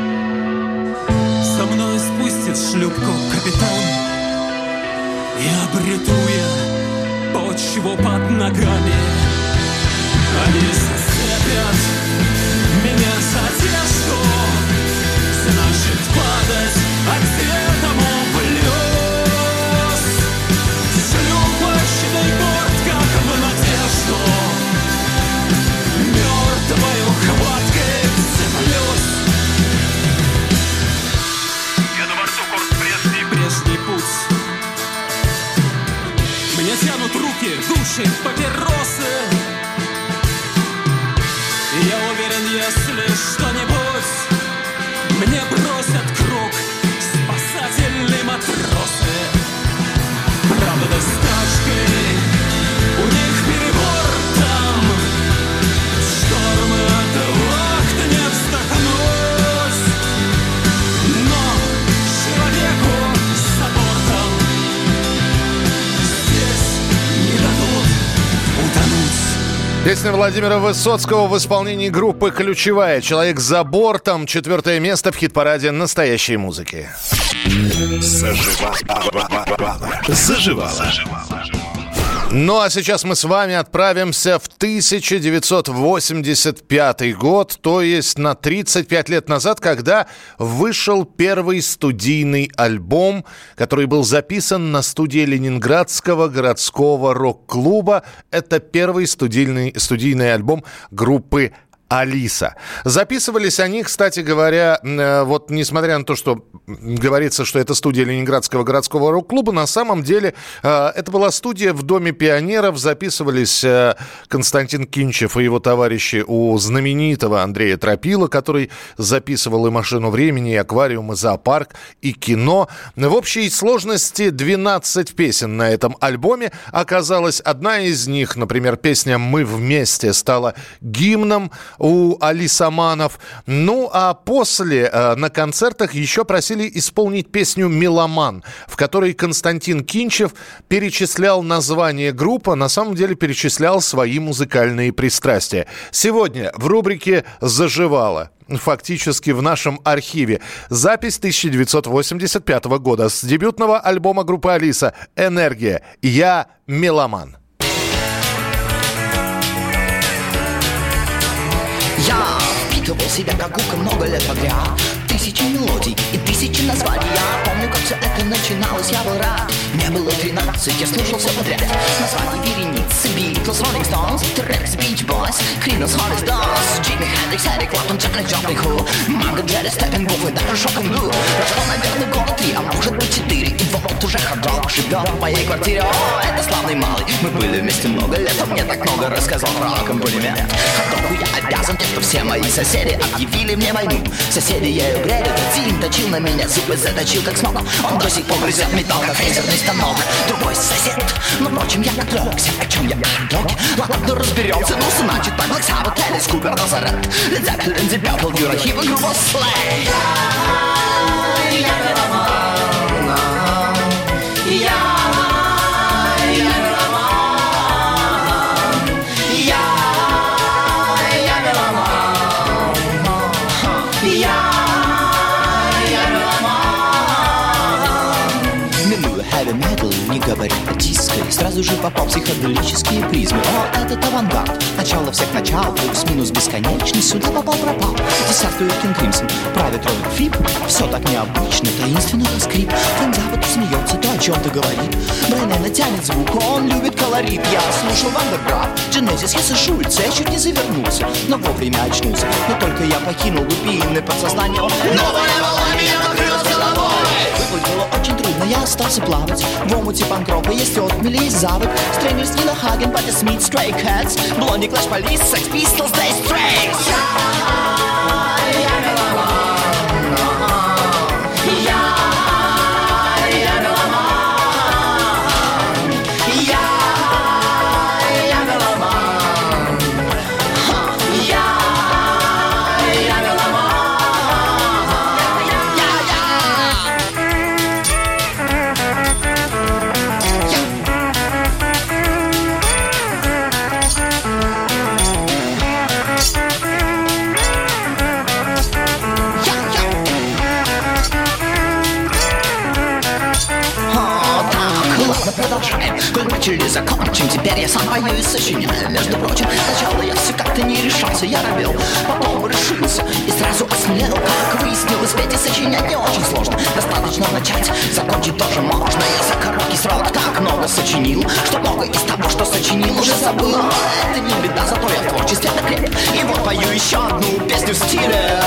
Со мной спустит шлюпку капитан, и обрету я почву под ногами. Они зацепят меня за одежду, значит падать ответом плюс. Шлюпочный борт, как в надежду, мертвою хваткой вцеплюсь. Я на борту, курс Прежний путь. Мне тянут руки, души, папиросы. И я уверен, если что-нибудь мне бросят круг спасательные матросы. Правда, с тачкой у них перебор там. Штормы от вахты не вздохнуть. Но человеку за бортом здесь не дадут утонуть. Песня Владимира Высоцкого в исполнении группы «Ключевая». «Человек за бортом». 4 место в хит-параде настоящей музыки. Заживало. Ну а сейчас мы с вами отправимся в 1985 год, то есть на 35 лет назад, когда вышел первый студийный альбом, который был записан на студии Ленинградского городского рок-клуба. Это первый студийный альбом группы «Алиса». Записывались они, кстати говоря, вот несмотря на то, что говорится, что это студия Ленинградского городского рок-клуба, на самом деле это была студия в Доме пионеров. Записывались Константин Кинчев и его товарищи у знаменитого Андрея Тропила, который записывал и «Машину времени», и «Аквариум», и «Зоопарк», и кино. В общей сложности 12 песен на этом альбоме оказалось. Одна из них, например, песня «Мы вместе» стала гимном у алисаманов. Ну, а после на концертах еще просили исполнить песню «Меломан», в которой Константин Кинчев перечислял название группы, а на самом деле перечислял свои музыкальные пристрастия. Сегодня в рубрике «Заживало», фактически в нашем архиве, запись 1985 года с дебютного альбома группы «Алиса» «Энергия». «Я меломан». Я впитывал себя как губка много лет подряд. Тысячи мелодий и тысячи названий. Я помню, как все это начиналось, я был рад. Мне было 13, я слушал все подряд. Названия вереницы: Beatles, Rolling Stones, T-Rex, Beach Boys, Creedence, Holly Stones, Jimi Hendrix, Eric Clapton, Jack Joplin, Who, Mango, Jerry, Steppenwolf и даже Шок-н-Блю. Прошло, наверное, года 3, а может быть 4, и вот уже хард-рок живет в моей квартире. О, это славный малый, мы были вместе много лет, он мне так много рассказал про аккомпанемент. Хард-року я обязан тем, что все мои соседи объявили мне войну. Соседи ею грели, Дим точил на меня зубы, заточил как смог. Он до сих пор грызет металл, как фрезерный станок. Другой сосед, но впрочем я отвлекся. О чем я хард-рок? Ладно, разберемся, ну значит так. Black Sabbath, Alice Cooper, Nazareth, Led Zeppelin, Deep Purple, Eurohip и группа Slay. Я меломан, я не говори о диско, и сразу же попал психоделические призмы. О, этот авангард, начало всех начал, плюс-минус бесконечный, сюда попал-пропал. Десятую King Crimson, правит Роберт Фрип, все так необычно, таинственно на скрип. Фрэнк Запад смеется, то о чем-то говорит. Брайан Эна тянет звук, он любит колорит. Я слушал Вандерграф, Genesis, Хесса Шульца, я чуть не завернулся, но вовремя очнулся. Но только я покинул глубины подсознания. Новая волна меня накрыла. остался плавать в омуте панк-рока. Есть отмели и завод. Strangers, Nina Hagen, Patti Smith, Stray Cats, Blondie, Clash Police, Sex Pistols, Dire Straits. Начали, закончим, теперь я сам пою и сочиняю. Между прочим, сначала я все как-то не решался, я робел, потом решился и сразу осмелел. Как выяснилось, петь и сочинять не очень сложно. Достаточно начать, закончить тоже можно. Я за короткий срок так много сочинил, что много из того, что сочинил, уже забыл. Но это не беда, зато я в творчестве окреп. И вот пою еще одну песню в стиле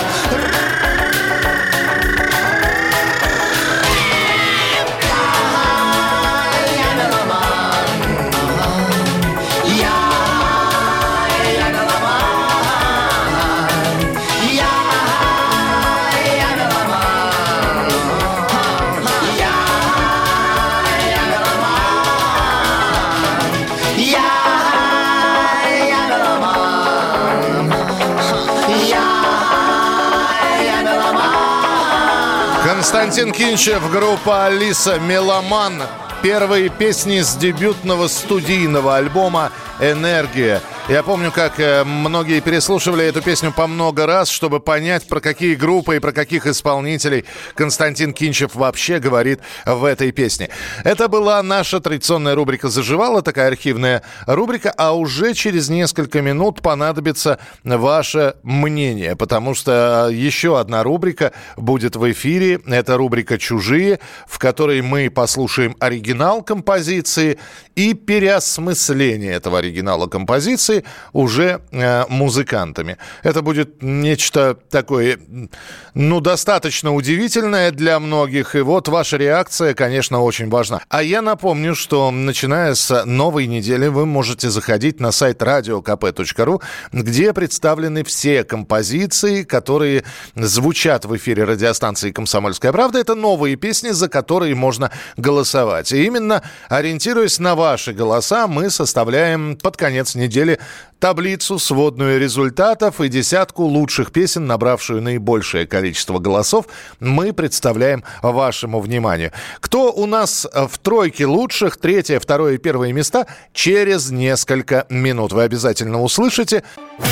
Константин Кинчев, группа «Алиса», «Меломан». Первые песни с дебютного студийного альбома «Энергия». Я помню, как многие переслушивали эту песню по много раз, чтобы понять, про какие группы и про каких исполнителей Константин Кинчев вообще говорит в этой песне. Это была наша традиционная рубрика «Заживала», такая архивная рубрика, а уже через несколько минут понадобится ваше мнение, потому что еще одна рубрика будет в эфире. Это рубрика «Чужие», в которой мы послушаем оригинал композиции и переосмысление этого оригинала композиции уже музыкантами. Это будет нечто такое, достаточно удивительное для многих. И вот ваша реакция, конечно, очень важна. А я напомню, что начиная с новой недели вы можете заходить на сайт radiokp.ru, где представлены все композиции, которые звучат в эфире радиостанции «Комсомольская правда». Это новые песни, за которые можно голосовать. И именно ориентируясь на ваши голоса, мы составляем под конец недели таблицу сводную результатов и десятку лучших песен, набравшую наибольшее количество голосов, мы представляем вашему вниманию. Кто у нас в тройке лучших, третье, второе и первое места, через несколько минут. Вы обязательно услышите.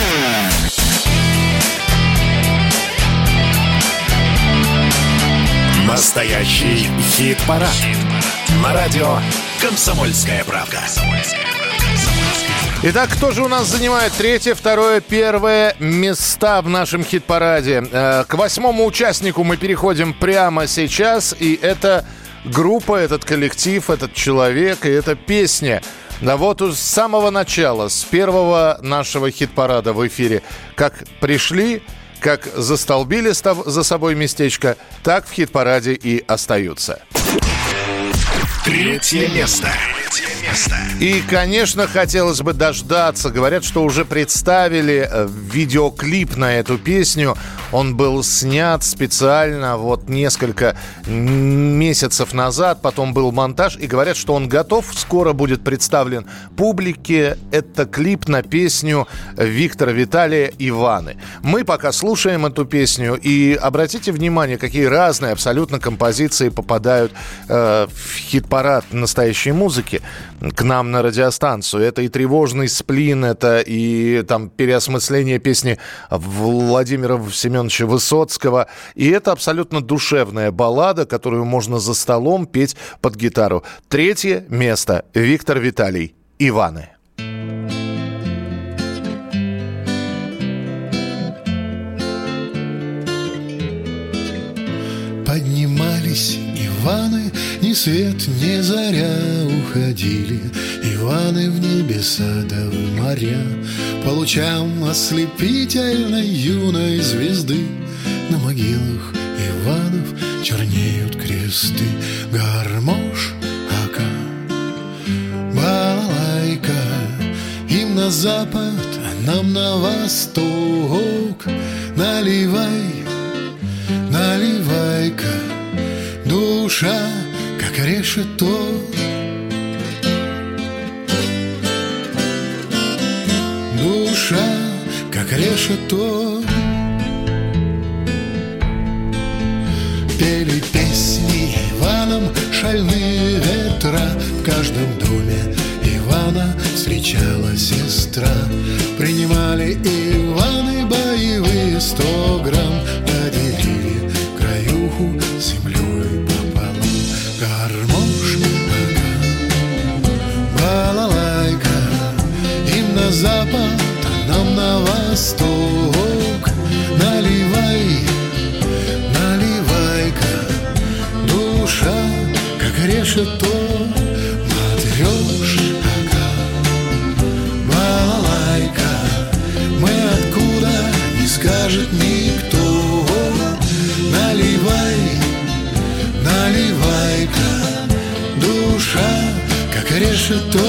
Настоящий хит-парад. На радио «Комсомольская правда». Итак, кто же у нас занимает третье, второе, первое места в нашем хит-параде? К восьмому участнику мы переходим прямо сейчас. И это группа, этот коллектив, этот человек и эта песня. Да вот с самого начала, с первого нашего хит-парада в эфире, как пришли, как застолбили за собой местечко, так в хит-параде и остаются. Третье место. И, конечно, хотелось бы дождаться. Говорят, что уже представили видеоклип на эту песню. Он был снят специально вот несколько месяцев назад. Потом был монтаж. И говорят, что он готов. Скоро будет представлен публике. Это клип на песню Виктора Виталия «Иваны». Мы пока слушаем эту песню. И обратите внимание, какие разные абсолютно композиции попадают в хит-парад настоящей музыки к нам на радиостанцию. Это и «Тревожный сплин», это и там переосмысление песни Владимира Семеновича Высоцкого. И это абсолютно душевная баллада, которую можно за столом петь под гитару. Третье место. Виктор Виталий «Иваны». Поднимались Иваны, ни свет, ни заря, уходили Иваны в небеса да в моря. По лучам ослепительной юной звезды на могилах Иванов чернеют кресты. Гармош, ака, балалайка, им на запад, а нам на восток. Наливай, наливай-ка, душа, как решето. Душа, как решето. Пели песни Иваном шальные ветра. В каждом доме Ивана встречала сестра. Принимали Иваны боевые 100 грамм. Поделили краюху землей пополам. Гармош, ага, балалайка, им на запад, а нам на восток. Наливай, наливай-ка, душа, как решето. Матрёш, ага, балалайка, мы откуда, не скажет никто. Наливай, наливай-ка, душа, как решето.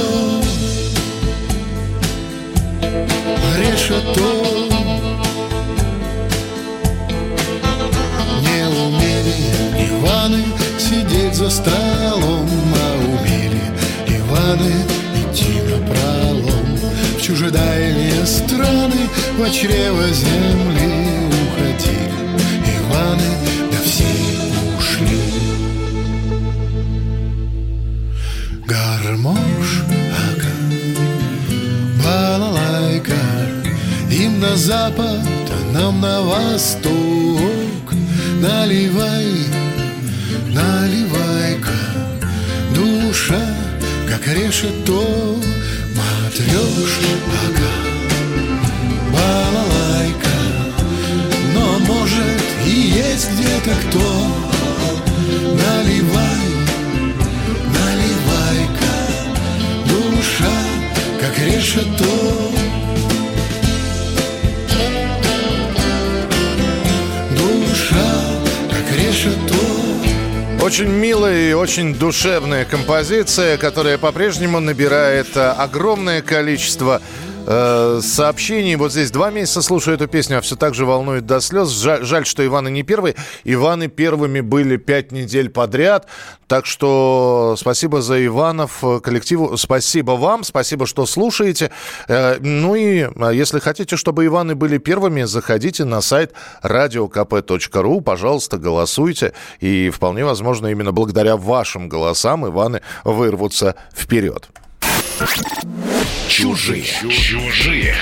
Решето. Не умели Иваны сидеть за столом, а умели Иваны идти напролом. В чужедальние страны, во чрево земли уходили Иваны, да все ушли. Гармош, ага, балалайка, им на запад, а нам на восток. Наливай, наливай-ка, душа, как решето. Матрёш, ага, балалайка, но может и есть где-то кто. Наливай, наливай-ка, душа, как решето. Очень милая и очень душевная композиция, которая по-прежнему набирает огромное количество сообщений. Вот здесь 2 месяца слушаю эту песню, а все так же волнует до слез. Жаль, что Иваны не первые. Иваны первыми были 5 недель подряд. Так что спасибо за Иванов коллективу. Спасибо вам, спасибо, что слушаете. Ну и если хотите, чтобы Иваны были первыми, заходите на сайт radiokp.ru. Пожалуйста, голосуйте. И вполне возможно, именно благодаря вашим голосам Иваны вырвутся вперед. Чужие. Чужие.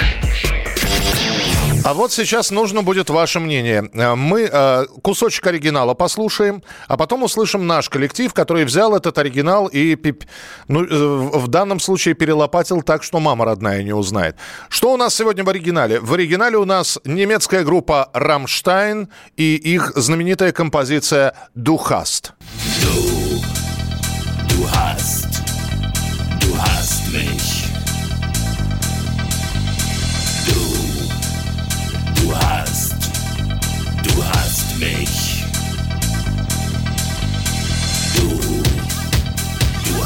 А вот сейчас нужно будет ваше мнение. Мы кусочек оригинала послушаем, а потом услышим наш коллектив, который взял этот оригинал и, в данном случае, перелопатил так, что мама родная не узнает. Что у нас сегодня в оригинале? В оригинале у нас немецкая группа «Рамштайн» и их знаменитая композиция «Du hast». Du hast mich. Du hast mich. Du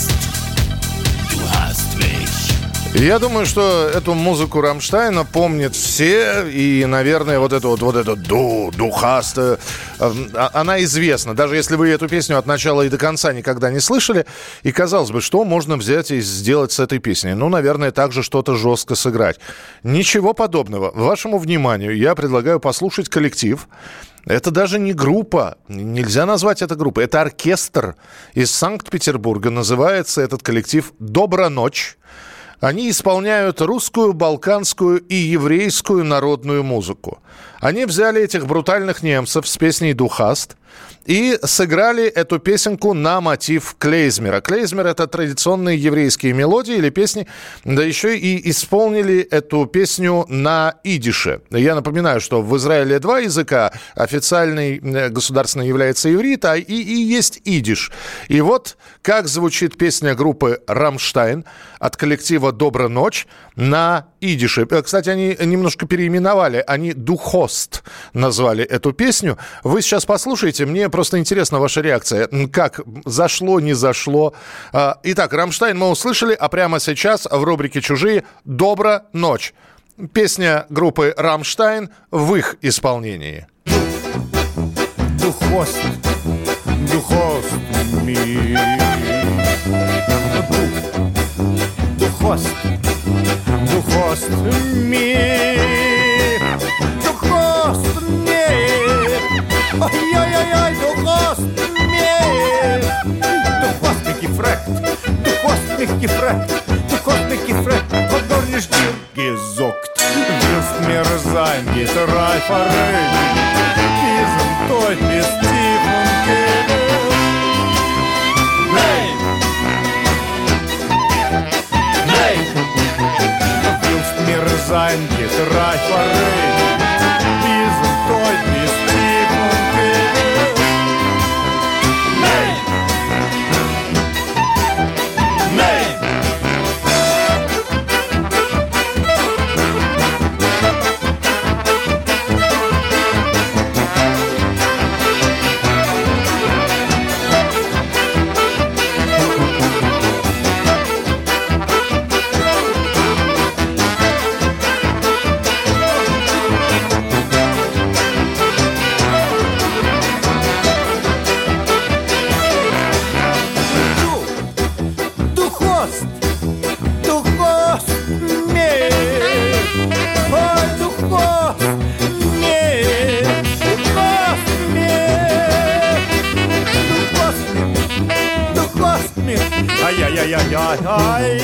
hast mich. Я думаю, что эту музыку Рамштайна помнят все, и, наверное, вот это «Du hast», она известна. Даже если вы эту песню от начала и до конца никогда не слышали, и, казалось бы, что можно взять и сделать с этой песней? Ну, наверное, также что-то жестко сыграть. Ничего подобного. Вашему вниманию я предлагаю послушать коллектив. Это даже не группа, нельзя назвать это группой, это оркестр из Санкт-Петербурга. Называется этот коллектив «Добра ночь». Они исполняют русскую, балканскую и еврейскую народную музыку. Они взяли этих брутальных немцев с песней «Du hast» и сыграли эту песенку на мотив клейзмера. Клейзмер — это традиционные еврейские мелодии или песни, да еще и исполнили эту песню на идише. Я напоминаю, что в Израиле 2 языка, официальный государственный является иврит, а и есть идиш. И вот как звучит песня группы «Рамштайн» от коллектива «Добра ночь» на идише. Кстати, они немножко переименовали. Они «Духост» назвали эту песню. Вы сейчас послушайте. Мне просто интересна ваша реакция. Как зашло, не зашло. Итак, «Рамштайн» мы услышали, а прямо сейчас в рубрике «Чужие» «Добра ночь». Песня группы «Рамштайн» в их исполнении. Духост, духост, ми. Духост, духост, ми. Духост, ми. Ой-ой-ой, духоst mir. Духост mich gefragt, dухоst mich gefragt, dухоst mich gefragt, hat gar nicht dir gesagt. Willst mir sein, Gitarre verrückt, diesen Tod bis tief und geben. Nein! Nein! Willst mir sein, Gitarre verrückt, diesen Tod bis tief und geben. Nein! Nein! Ай-яй-яй-яй-яй.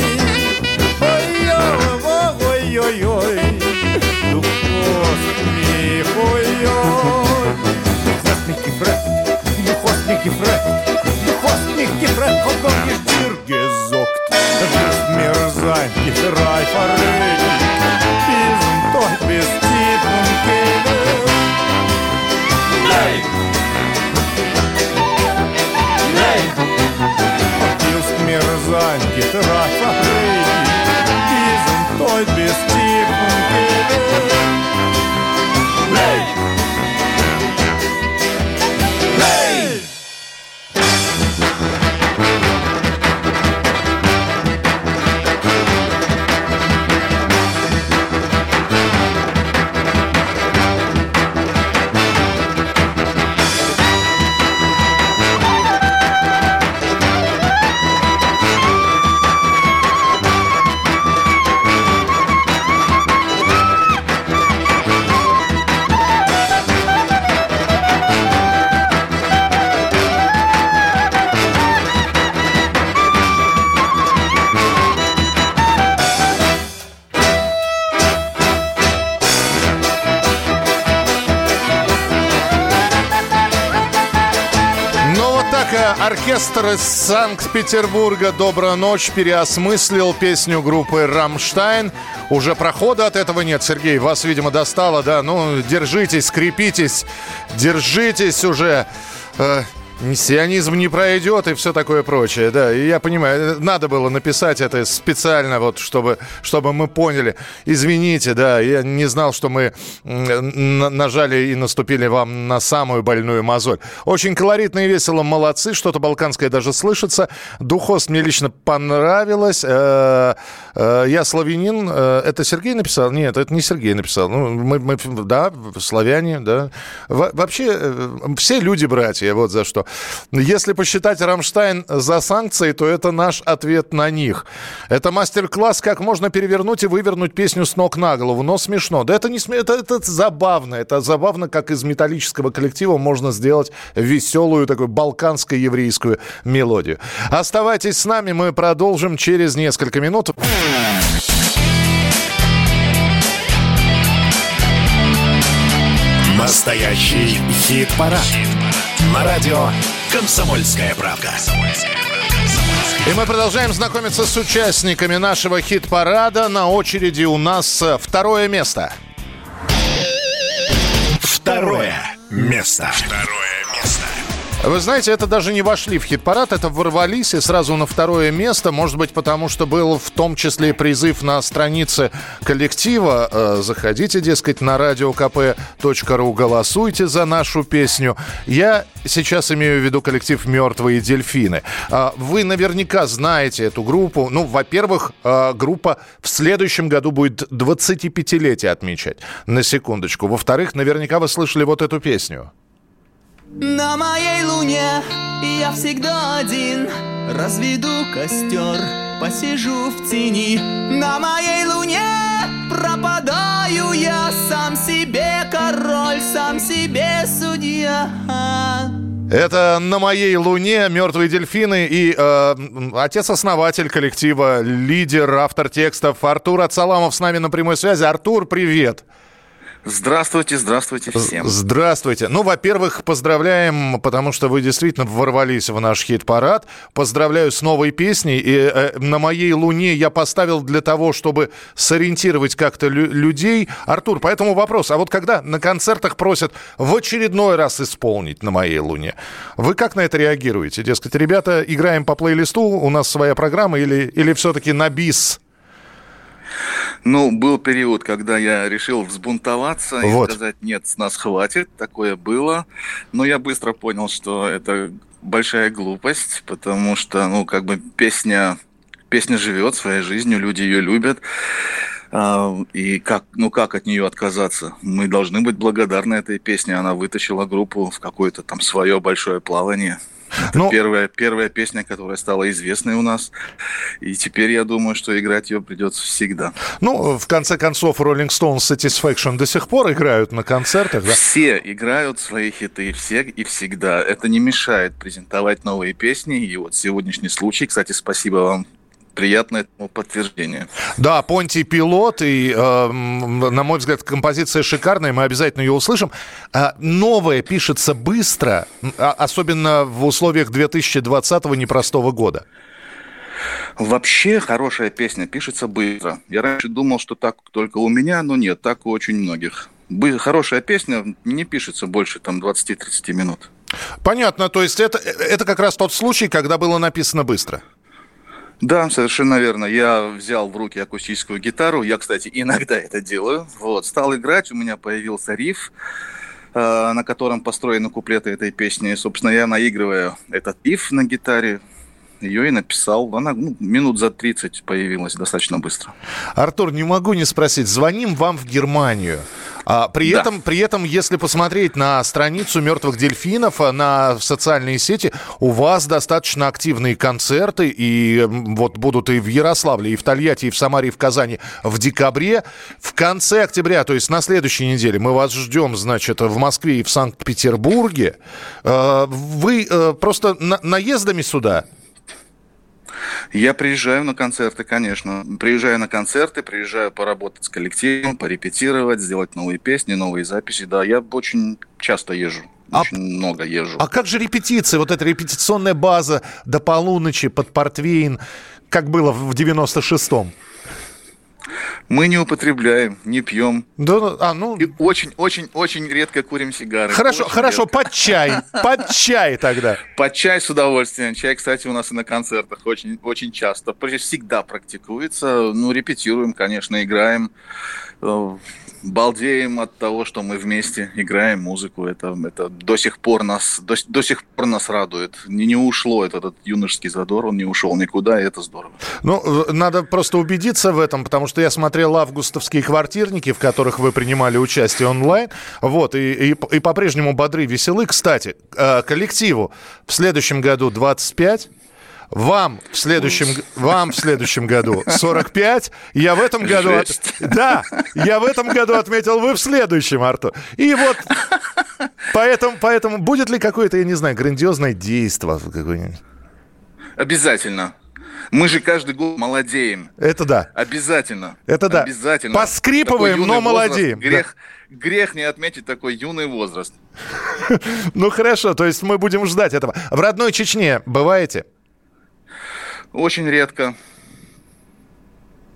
Ой-ой-ой-ой-ой. Духост mich, ой-ой. Духост mich gefragt, Духоst mich gefragt, Духоst mich gefragt, hab gar nicht dir gesagt. Wirst mir sein, Gitarre verrückt, diesen Tod bis tief und geben. Nein! Nein! Mir sein, Gitarre verrückt, diesen Tod bis tief und geben. Nein! Nein! Оркестр из Санкт-Петербурга «Добра ночь» переосмыслил песню группы «Рамштайн». Уже прохода от этого нет. Сергей, вас, видимо, достало, да? Ну, держитесь, скрепитесь, держитесь уже. Сионизм не пройдет и все такое прочее, да. И я понимаю, надо было написать это специально, вот, чтобы мы поняли. Извините, да, я не знал, что мы нажали и наступили вам на самую больную мозоль. Очень колоритно и весело, молодцы, что-то балканское даже слышится. Духост мне лично понравилось. Я славянин. Это Сергей написал? Нет, это не Сергей написал. Ну, мы да, славяне, да. Вообще, все люди братья, вот за что. Если посчитать «Рамштайн» за санкции, то это наш ответ на них. Это мастер-класс, как можно перевернуть и вывернуть песню с ног на голову. Но смешно. Да это не смешно, это забавно. Это забавно, как из металлического коллектива можно сделать веселую, такую балканско-еврейскую мелодию. Оставайтесь с нами, мы продолжим через несколько минут. Настоящий хит-парад. На радио «Комсомольская правда». И мы продолжаем знакомиться с участниками нашего хит-парада. На очереди у нас второе место. Второе место. Вы знаете, это даже не вошли в хит-парад, это ворвались и сразу на второе место. Может быть, потому что был в том числе призыв на странице коллектива. Заходите, дескать, на radiokp.ru, голосуйте за нашу песню. Я сейчас имею в виду коллектив «Мертвые дельфины». Вы наверняка знаете эту группу. Ну, во-первых, группа в следующем году будет 25-летие отмечать. На секундочку. Во-вторых, наверняка вы слышали вот эту песню. На моей луне я всегда один. Разведу костер, посижу в тени. На моей луне пропадаю я. Сам себе король, сам себе судья. Это «На моей луне», «Мертвые дельфины» и отец-основатель коллектива, лидер, автор текстов Артур Ацаламов с нами на прямой связи. Артур, привет! Здравствуйте, здравствуйте всем. Здравствуйте. Ну, во-первых, поздравляем, потому что вы действительно ворвались в наш хит-парад. Поздравляю с новой песней. И «На моей луне» я поставил для того, чтобы сориентировать как-то людей. Артур, поэтому вопрос. А вот когда на концертах просят в очередной раз исполнить «На моей луне», вы как на это реагируете? Дескать, ребята, играем по плейлисту, у нас своя программа, или все-таки на бис? Ну, был период, когда я решил взбунтоваться и сказать, нет, с нас хватит, такое было. Но я быстро понял, что это большая глупость, потому что, ну, как бы песня живет своей жизнью, люди ее любят. И как от нее отказаться? Мы должны быть благодарны этой песне, она вытащила группу в какое-то там свое большое плавание. Это первая песня, которая стала известной у нас. И теперь я думаю, что играть ее придется всегда. Ну, в конце концов, Rolling Stones Satisfaction до сих пор играют на концертах, да? Все играют свои хиты, все и всегда. Это не мешает презентовать новые песни. И вот сегодняшний случай, кстати, спасибо вам. Приятное подтверждение. Да, Понтий Пилот, и, на мой взгляд, композиция шикарная, мы обязательно ее услышим. Новое пишется быстро, особенно в условиях 2020-го непростого года. Вообще хорошая песня пишется быстро. Я раньше думал, что так только у меня, но нет, так у очень многих. Хорошая песня не пишется больше там 20-30 минут. Понятно, то есть это как раз тот случай, когда было написано быстро. Да, совершенно верно. Я взял в руки акустическую гитару. Я, кстати, иногда это делаю. Стал играть, у меня появился риф, на котором построены куплеты этой песни. Собственно, я наигрываю этот риф на гитаре. Ее и написал. Она минут за 30 появилась достаточно быстро. Артур, не могу не спросить. Звоним вам в Германию. При этом, если посмотреть на страницу «Мертвых дельфинов», на социальные сети, у вас достаточно активные концерты, и вот будут и в Ярославле, и в Тольятти, и в Самаре, и в Казани в декабре. В конце октября, то есть на следующей неделе, мы вас ждем, значит, в Москве и в Санкт-Петербурге. Вы просто наездами сюда? Я приезжаю на концерты, конечно. Приезжаю поработать с коллективом, порепетировать, сделать новые песни, новые записи. Да, я очень часто езжу. Очень много езжу. А как же репетиции? Вот эта репетиционная база до полуночи под портвейн, как было в 96-м? Мы не употребляем, не пьем. Да, И очень-очень-очень редко курим сигары. Хорошо, под чай тогда. Под чай с удовольствием. Чай, кстати, у нас и на концертах очень часто. Всегда практикуется. Репетируем, конечно, играем. Балдеем от того, что мы вместе играем музыку. Это до сих пор нас радует. Не ушло этот юношеский задор, он не ушел никуда, и это здорово. Надо просто убедиться в этом, потому что я смотрел августовские квартирники, в которых вы принимали участие онлайн. И по-прежнему бодры, веселы. Кстати, коллективу в следующем году 25. Вам в следующем году 45. Я в этом году... я в этом году отметил, вы в следующем, Артур. И вот поэтому будет ли какое-то, я не знаю, грандиозное действо какое-нибудь? Обязательно. Мы же каждый год молодеем. Это да. Обязательно. Это да. Обязательно. Поскрипываем, но молодеем. Грех не отметить такой юный возраст. Хорошо, то есть мы будем ждать этого. В родной Чечне бываете? Очень редко.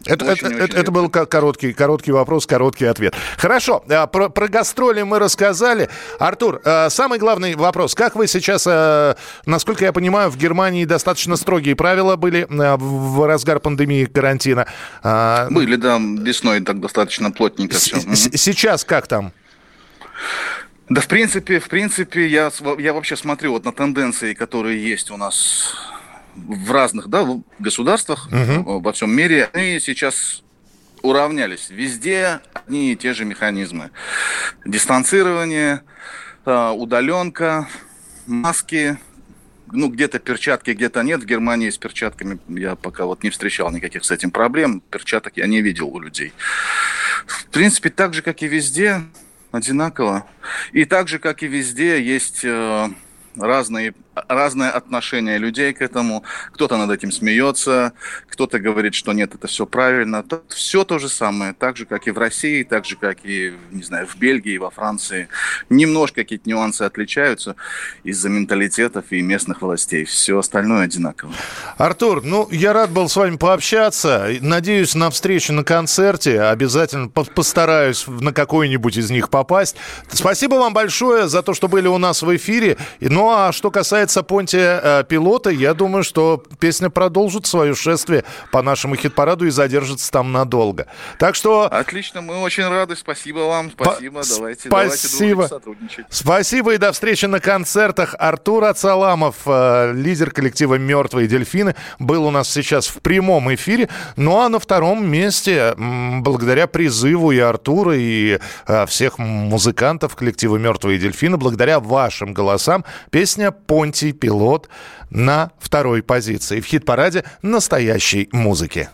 Это был короткий вопрос, короткий ответ. Хорошо, про гастроли мы рассказали. Артур, самый главный вопрос. Как вы сейчас, насколько я понимаю, в Германии достаточно строгие правила были в разгар пандемии, карантина? Были, да, весной так достаточно плотненько все. Сейчас как там? Да, в принципе, я вообще смотрю вот на тенденции, которые есть у нас в разных, да, государствах, во всем мире, они сейчас уравнялись. Везде одни и те же механизмы. Дистанцирование, удаленка, маски, где-то перчатки, где-то нет. В Германии с перчатками я пока вот не встречал никаких с этим проблем. Перчаток я не видел у людей. В принципе, так же, как и везде, одинаково. И так же, как и везде, есть разное отношение людей к этому. Кто-то над этим смеется, кто-то говорит, что нет, это все правильно. Все то же самое, так же, как и в России, так же, как и, не знаю, в Бельгии, во Франции. Немножко какие-то нюансы отличаются из-за менталитетов и местных властей. Все остальное одинаково. Артур, я рад был с вами пообщаться. Надеюсь, на встречу на концерте. Обязательно постараюсь на какой-нибудь из них попасть. Спасибо вам большое за то, что были у нас в эфире. А что касается Понтия Пилота, я думаю, что песня продолжит свое шествие по нашему хит-параду и задержится там надолго. Так что... Отлично, мы очень рады. Спасибо вам. Спасибо. Давайте дружить, сотрудничать. Спасибо и до встречи на концертах. Артур Ацаламов, лидер коллектива «Мертвые дельфины», был у нас сейчас в прямом эфире. А на втором месте, благодаря призыву и Артура, и всех музыкантов коллектива «Мертвые дельфины», благодаря вашим голосам, песня «Понтий Пилот» на второй позиции в хит-параде настоящей музыки.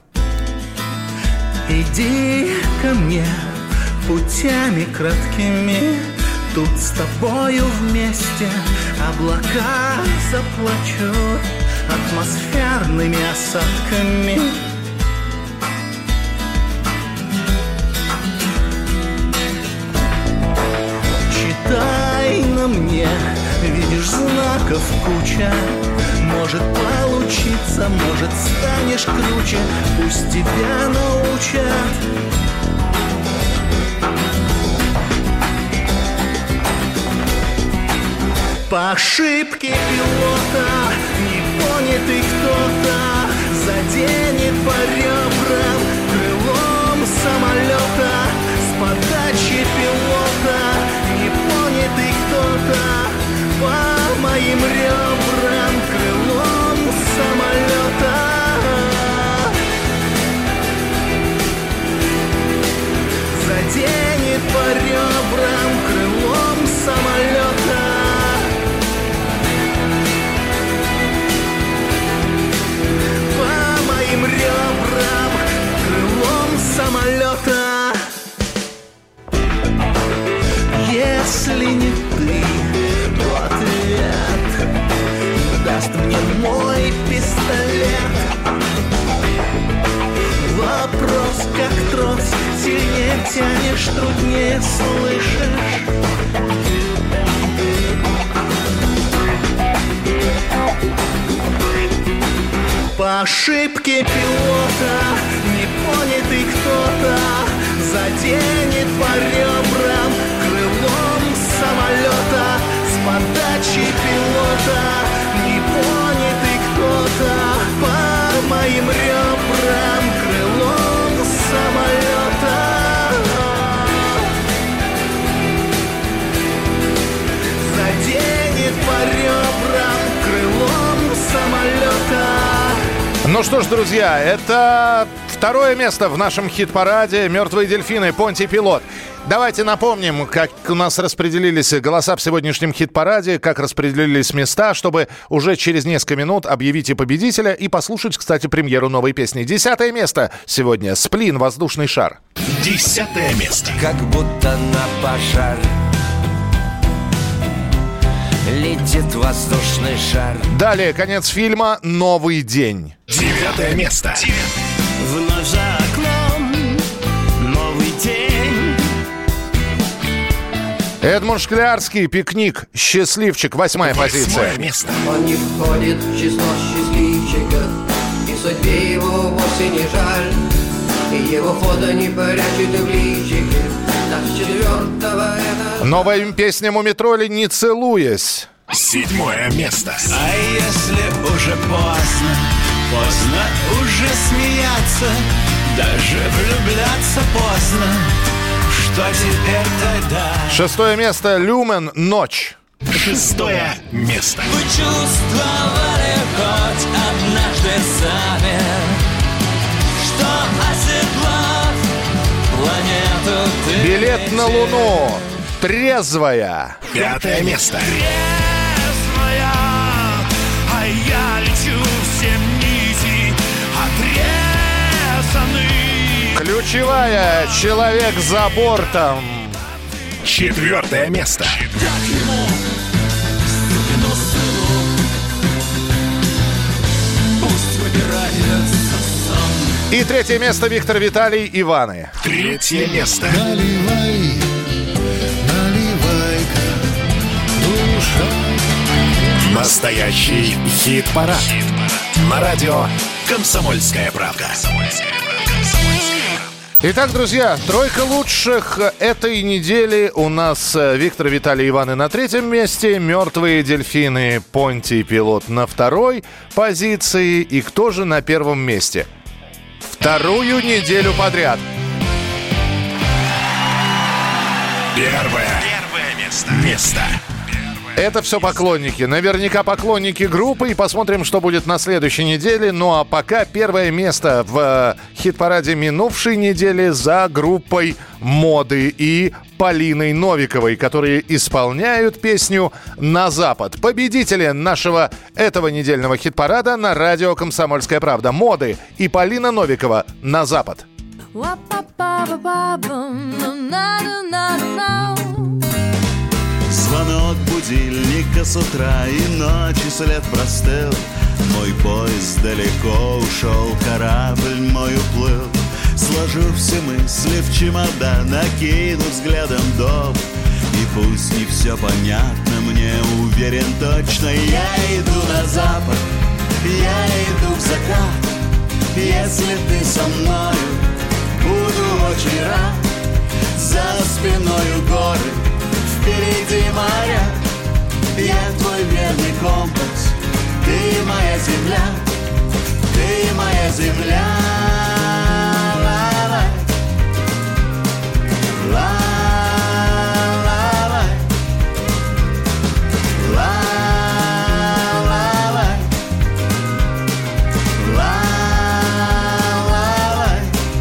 Иди ко мне путями краткими, тут с тобою вместе облака заплачут атмосферными осадками. Читай на мне, видишь, знаков куча. Может получиться, может станешь круче. Пусть тебя научат. По ошибке пилота непонятый кто-то заденет по ребрам крылом самолета. С подачи пилота непонятый кто-то по моим ребрам крылом самолета заденет по ребрам крылом самолета. По моим ребрам крылом самолета. Если не ты, то ответ даст мне мой пистолет. Вопрос как трос, сильнее тянешь, труднее слышишь. По ошибке пилота непонятый кто-то заденет по ребрам крылом самолета. С подачи пилота непонятый кто-то по моим ребрам крылом самолета заденет по ребрам крылом самолета. Ну что ж, друзья, это второе место в нашем хит-параде «Мертвые дельфины», «Понтий Пилот». Давайте напомним, как у нас распределились голоса в сегодняшнем хит-параде, как распределились места, чтобы уже через несколько минут объявить и победителя, и послушать, кстати, премьеру новой песни. 10 место сегодня «Сплин. Воздушный шар». 10 место. Как будто на пожар летит воздушный шар. Далее конец фильма «Новый день». 9 место. Вновь за окном новый день. Эдмунд Шклярский, «Пикник», «Счастливчик», 8 позиция. 8 место. Он не входит в число счастливчиков, и судьбе его вовсе не жаль. И его фото не прячет в личике. Так с 4-го это... Новая песня «Мумитроли» «Не целуясь». 7 место. А если уже поздно, поздно уже смеяться, даже влюбляться поздно, что теперь тогда? 6 место «Люмен. Ночь». 6 место. Вы чувствовали хоть однажды сами, что оседлав планету ты «Билет на Луну». «Трезвая». 5 место. Трезвая, а я лечу, все нити отрезаны. Ключевая «Человек за бортом». 4 место. И 3 место Виктор Виталий «Иваны». 3 место. Наливай, наливай-ка, душа. Настоящий хит-парад. На радио «Комсомольская правда». Итак, друзья, тройка лучших этой недели у нас Виктор Виталий Иваны на 3-м месте, «Мертвые дельфины» Понтий Пилот на 2-й позиции. И кто же на 1-м месте? 2-ю неделю подряд. Первое место. Это все поклонники. Наверняка поклонники группы. И посмотрим, что будет на следующей неделе. Ну а пока 1 место в хит-параде минувшей недели за группой «Моды» и Полиной Новиковой, которые исполняют песню «На запад». Победители нашего этого недельного хит-парада на радио «Комсомольская правда». «Моды» и Полина Новикова «На запад». Звонок будильника с утра, и ночи след простыл. Мой поезд далеко ушел, корабль мой уплыл. Сложу все мысли в чемодан, накину взглядом дом. И пусть не все понятно, мне уверен точно, я иду на запад, я иду в закат. Если ты со мною, буду очень рад. За спиною горы, впереди моря, я твой верный компас. Ты моя земля, ты моя земля. Ла-лай, ла-лай, ла-лай, ла-лай.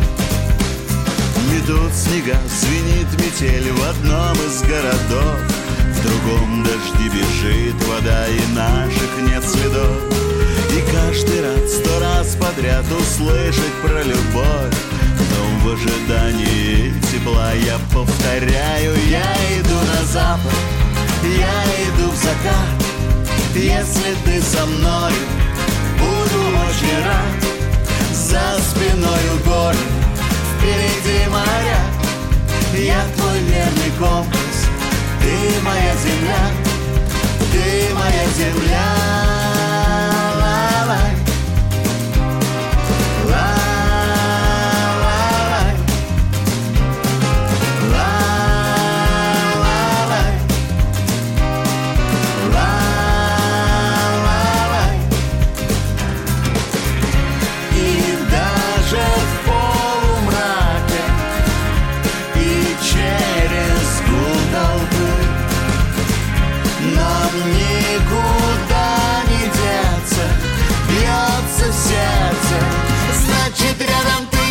Метут снега, звенит метель в одном из городов. В другом дожди бежит вода, и наших нет следов. И каждый раз, 100 раз подряд услышать про любовь. Но в ожидании тепла я повторяю, я иду на запад, я иду в закат. Если ты со мной, буду очень рад. За спиною горы, впереди моря, я твой верный компас. Ты моя земля, ты моя земля. Ла-лай, ла-лай, ла-лай, ла-лай. И даже в полумраке, и через толпы нам никуда не деться. Бьется сердце, значит рядом ты.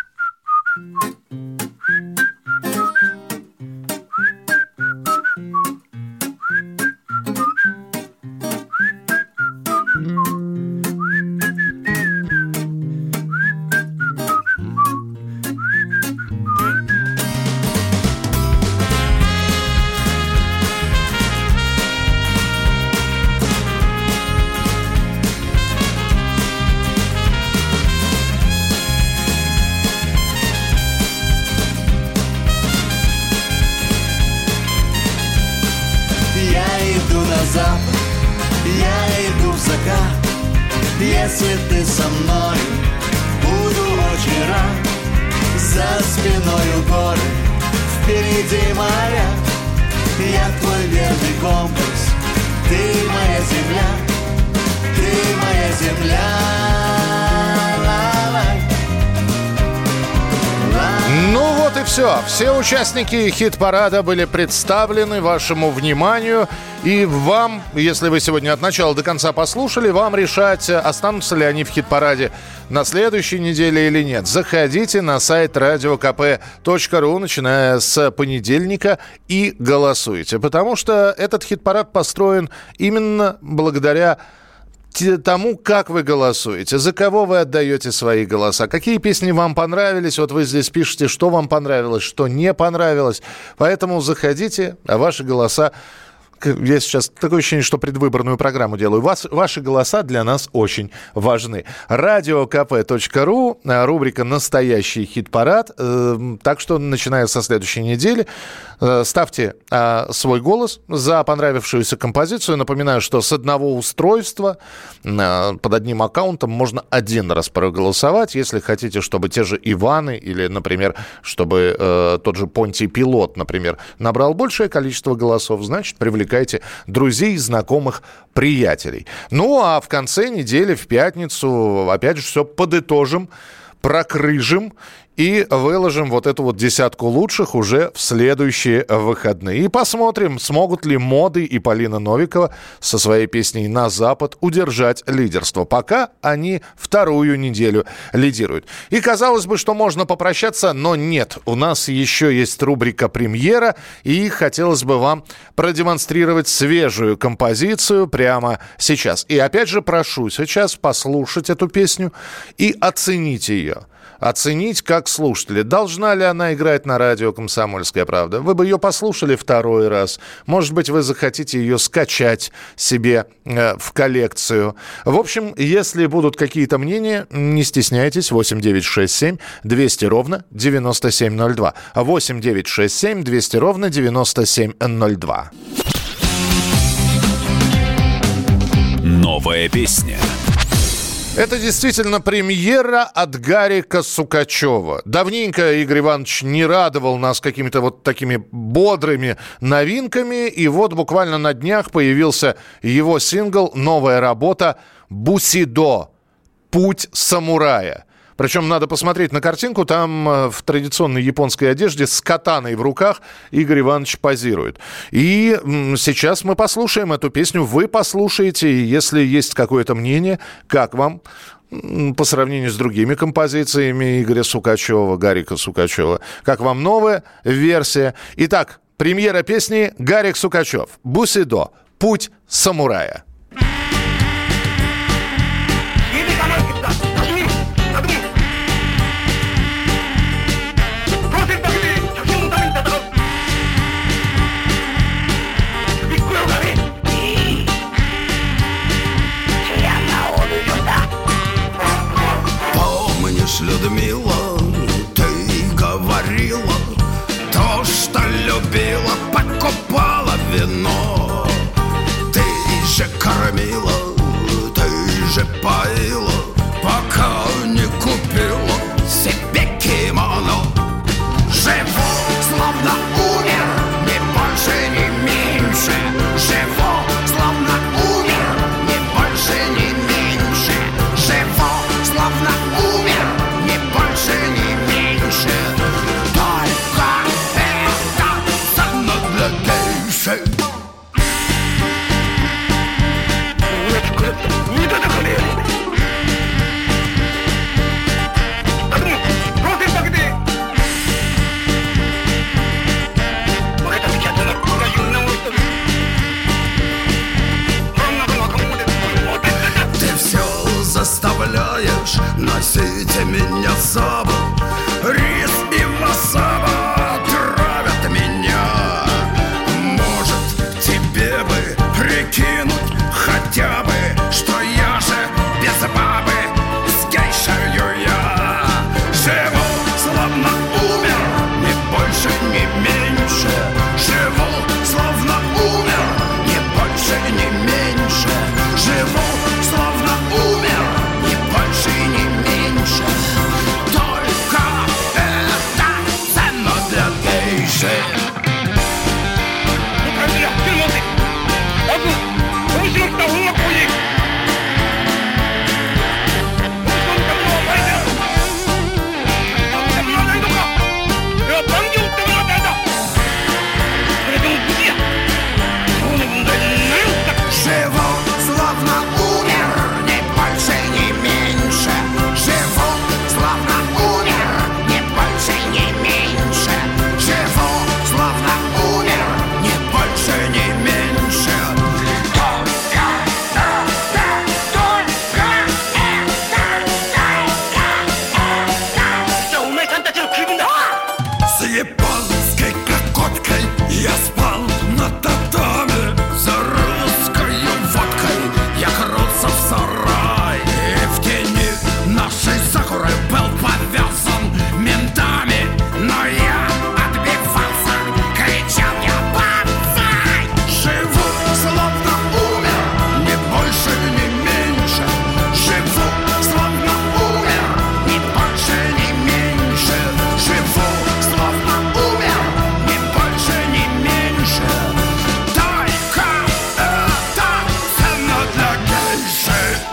Запад, я иду в закат. Если ты со мной, буду очень рад. спиною горы, впереди моря. Я твой верный компас, ты моя земля, ты моя земля. Ну вот и все. Все участники хит-парада были представлены вашему вниманию. И вам, если вы сегодня от начала до конца послушали, вам решать, останутся ли они в хит-параде на следующей неделе или нет. Заходите на сайт radiokp.ru, начиная с понедельника, и голосуйте. Потому что этот хит-парад построен именно благодаря тому, как вы голосуете, за кого вы отдаете свои голоса, какие песни вам понравились. Вот вы здесь пишете, что вам понравилось, что не понравилось. Поэтому заходите, а ваши голоса... Я сейчас такое ощущение, что предвыборную программу делаю. Ваши голоса для нас очень важны. radiokp.ru, рубрика «Настоящий хит-парад». Так что, начиная со следующей недели, ставьте свой голос за понравившуюся композицию. Напоминаю, что с одного устройства под одним аккаунтом можно один раз проголосовать. Если хотите, чтобы те же Иваны или, например, чтобы тот же Понтий Пилот, например, набрал большее количество голосов, значит, привлекайте друзей, знакомых, приятелей. Ну, а в конце недели, в пятницу, опять же, все подытожим, прокрыжим и выложим вот эту вот десятку лучших уже в следующие выходные. И посмотрим, смогут ли Моды и Полина Новикова со своей песней «На Запад» удержать лидерство. Пока они вторую неделю лидируют. И казалось бы, что можно попрощаться, но нет. У нас еще есть рубрика «Премьера», и хотелось бы вам продемонстрировать свежую композицию прямо сейчас. И опять же прошу сейчас послушать эту песню и оценить ее. Оценить как слушатели. Должна ли она играть на радио «Комсомольская правда»? Вы бы ее послушали второй раз. Может быть, вы захотите ее скачать себе в коллекцию. В общем, если будут какие-то мнения, не стесняйтесь. 8 200 ровно 9702. 8 200 ровно 9702. Новая песня. Это действительно премьера от Гарика Сукачева. Давненько Игорь Иванович не радовал нас какими-то вот такими бодрыми новинками. И вот буквально на днях появился его сингл, новая работа «Бусидо. Путь самурая». Причем надо посмотреть на картинку, там в традиционной японской одежде с катаной в руках Игорь Иванович позирует. И сейчас мы послушаем эту песню, вы послушаете, и если есть какое-то мнение, как вам по сравнению с другими композициями Игоря Сукачева, Гарика Сукачева, как вам новая версия. Итак, премьера песни Гарик Сукачев «Бусидо. Путь самурая». Людмила, ты говорила, то, что любила, покупала вино. Ты же кормила, ты же поила, пока не купила себе кимоно. Живу, словно умер, ни больше, ни меньше. Живу, словно умер, ни больше, ни меньше. Живу, словно умер, не меньше. Только это ценно для гейши. Ты все заставляешь носить меня за бок. Рис и васаба травят меня. Может, тебе бы прикинуть хотя бы, что я же без бабы с гейшею я. Живу, словно умер, ни больше, ни меньше. Живу, словно умер, ни больше, ни меньше. Живу, словно умер, ни больше, ни меньше. Только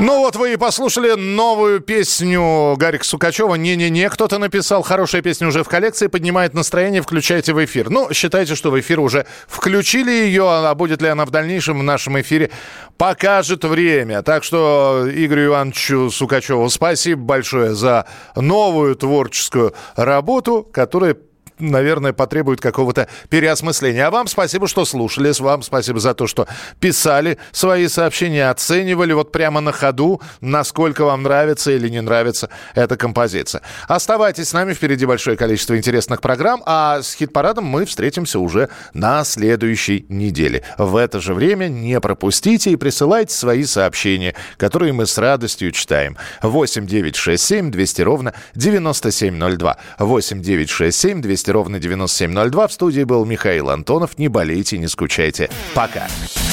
Ну вот вы и послушали новую песню Гарика Сукачева «Не-не-не». Кто-то написал: хорошая песня уже в коллекции, поднимает настроение, включайте в эфир. Ну, считайте, что в эфир уже включили ее, а будет ли она в дальнейшем в нашем эфире, покажет время. Так что Игорю Ивановичу Сукачеву спасибо большое за новую творческую работу, которая, наверное, потребует какого-то переосмысления. А вам спасибо, что слушали. Вам спасибо за то, что писали свои сообщения, оценивали вот прямо на ходу, насколько вам нравится или не нравится эта композиция. Оставайтесь с нами, впереди большое количество интересных программ, а с хит-парадом мы встретимся уже на следующей неделе. В это же время не пропустите и присылайте свои сообщения, которые мы с радостью читаем. 8 967 200 ровно 9702. 8 967 200 ровно 9702. В студии был Михаил Антонов. Не болейте, не скучайте. Пока.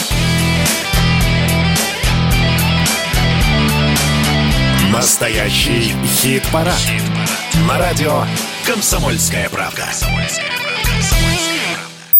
Настоящий хит-парад. На радио «Комсомольская правда».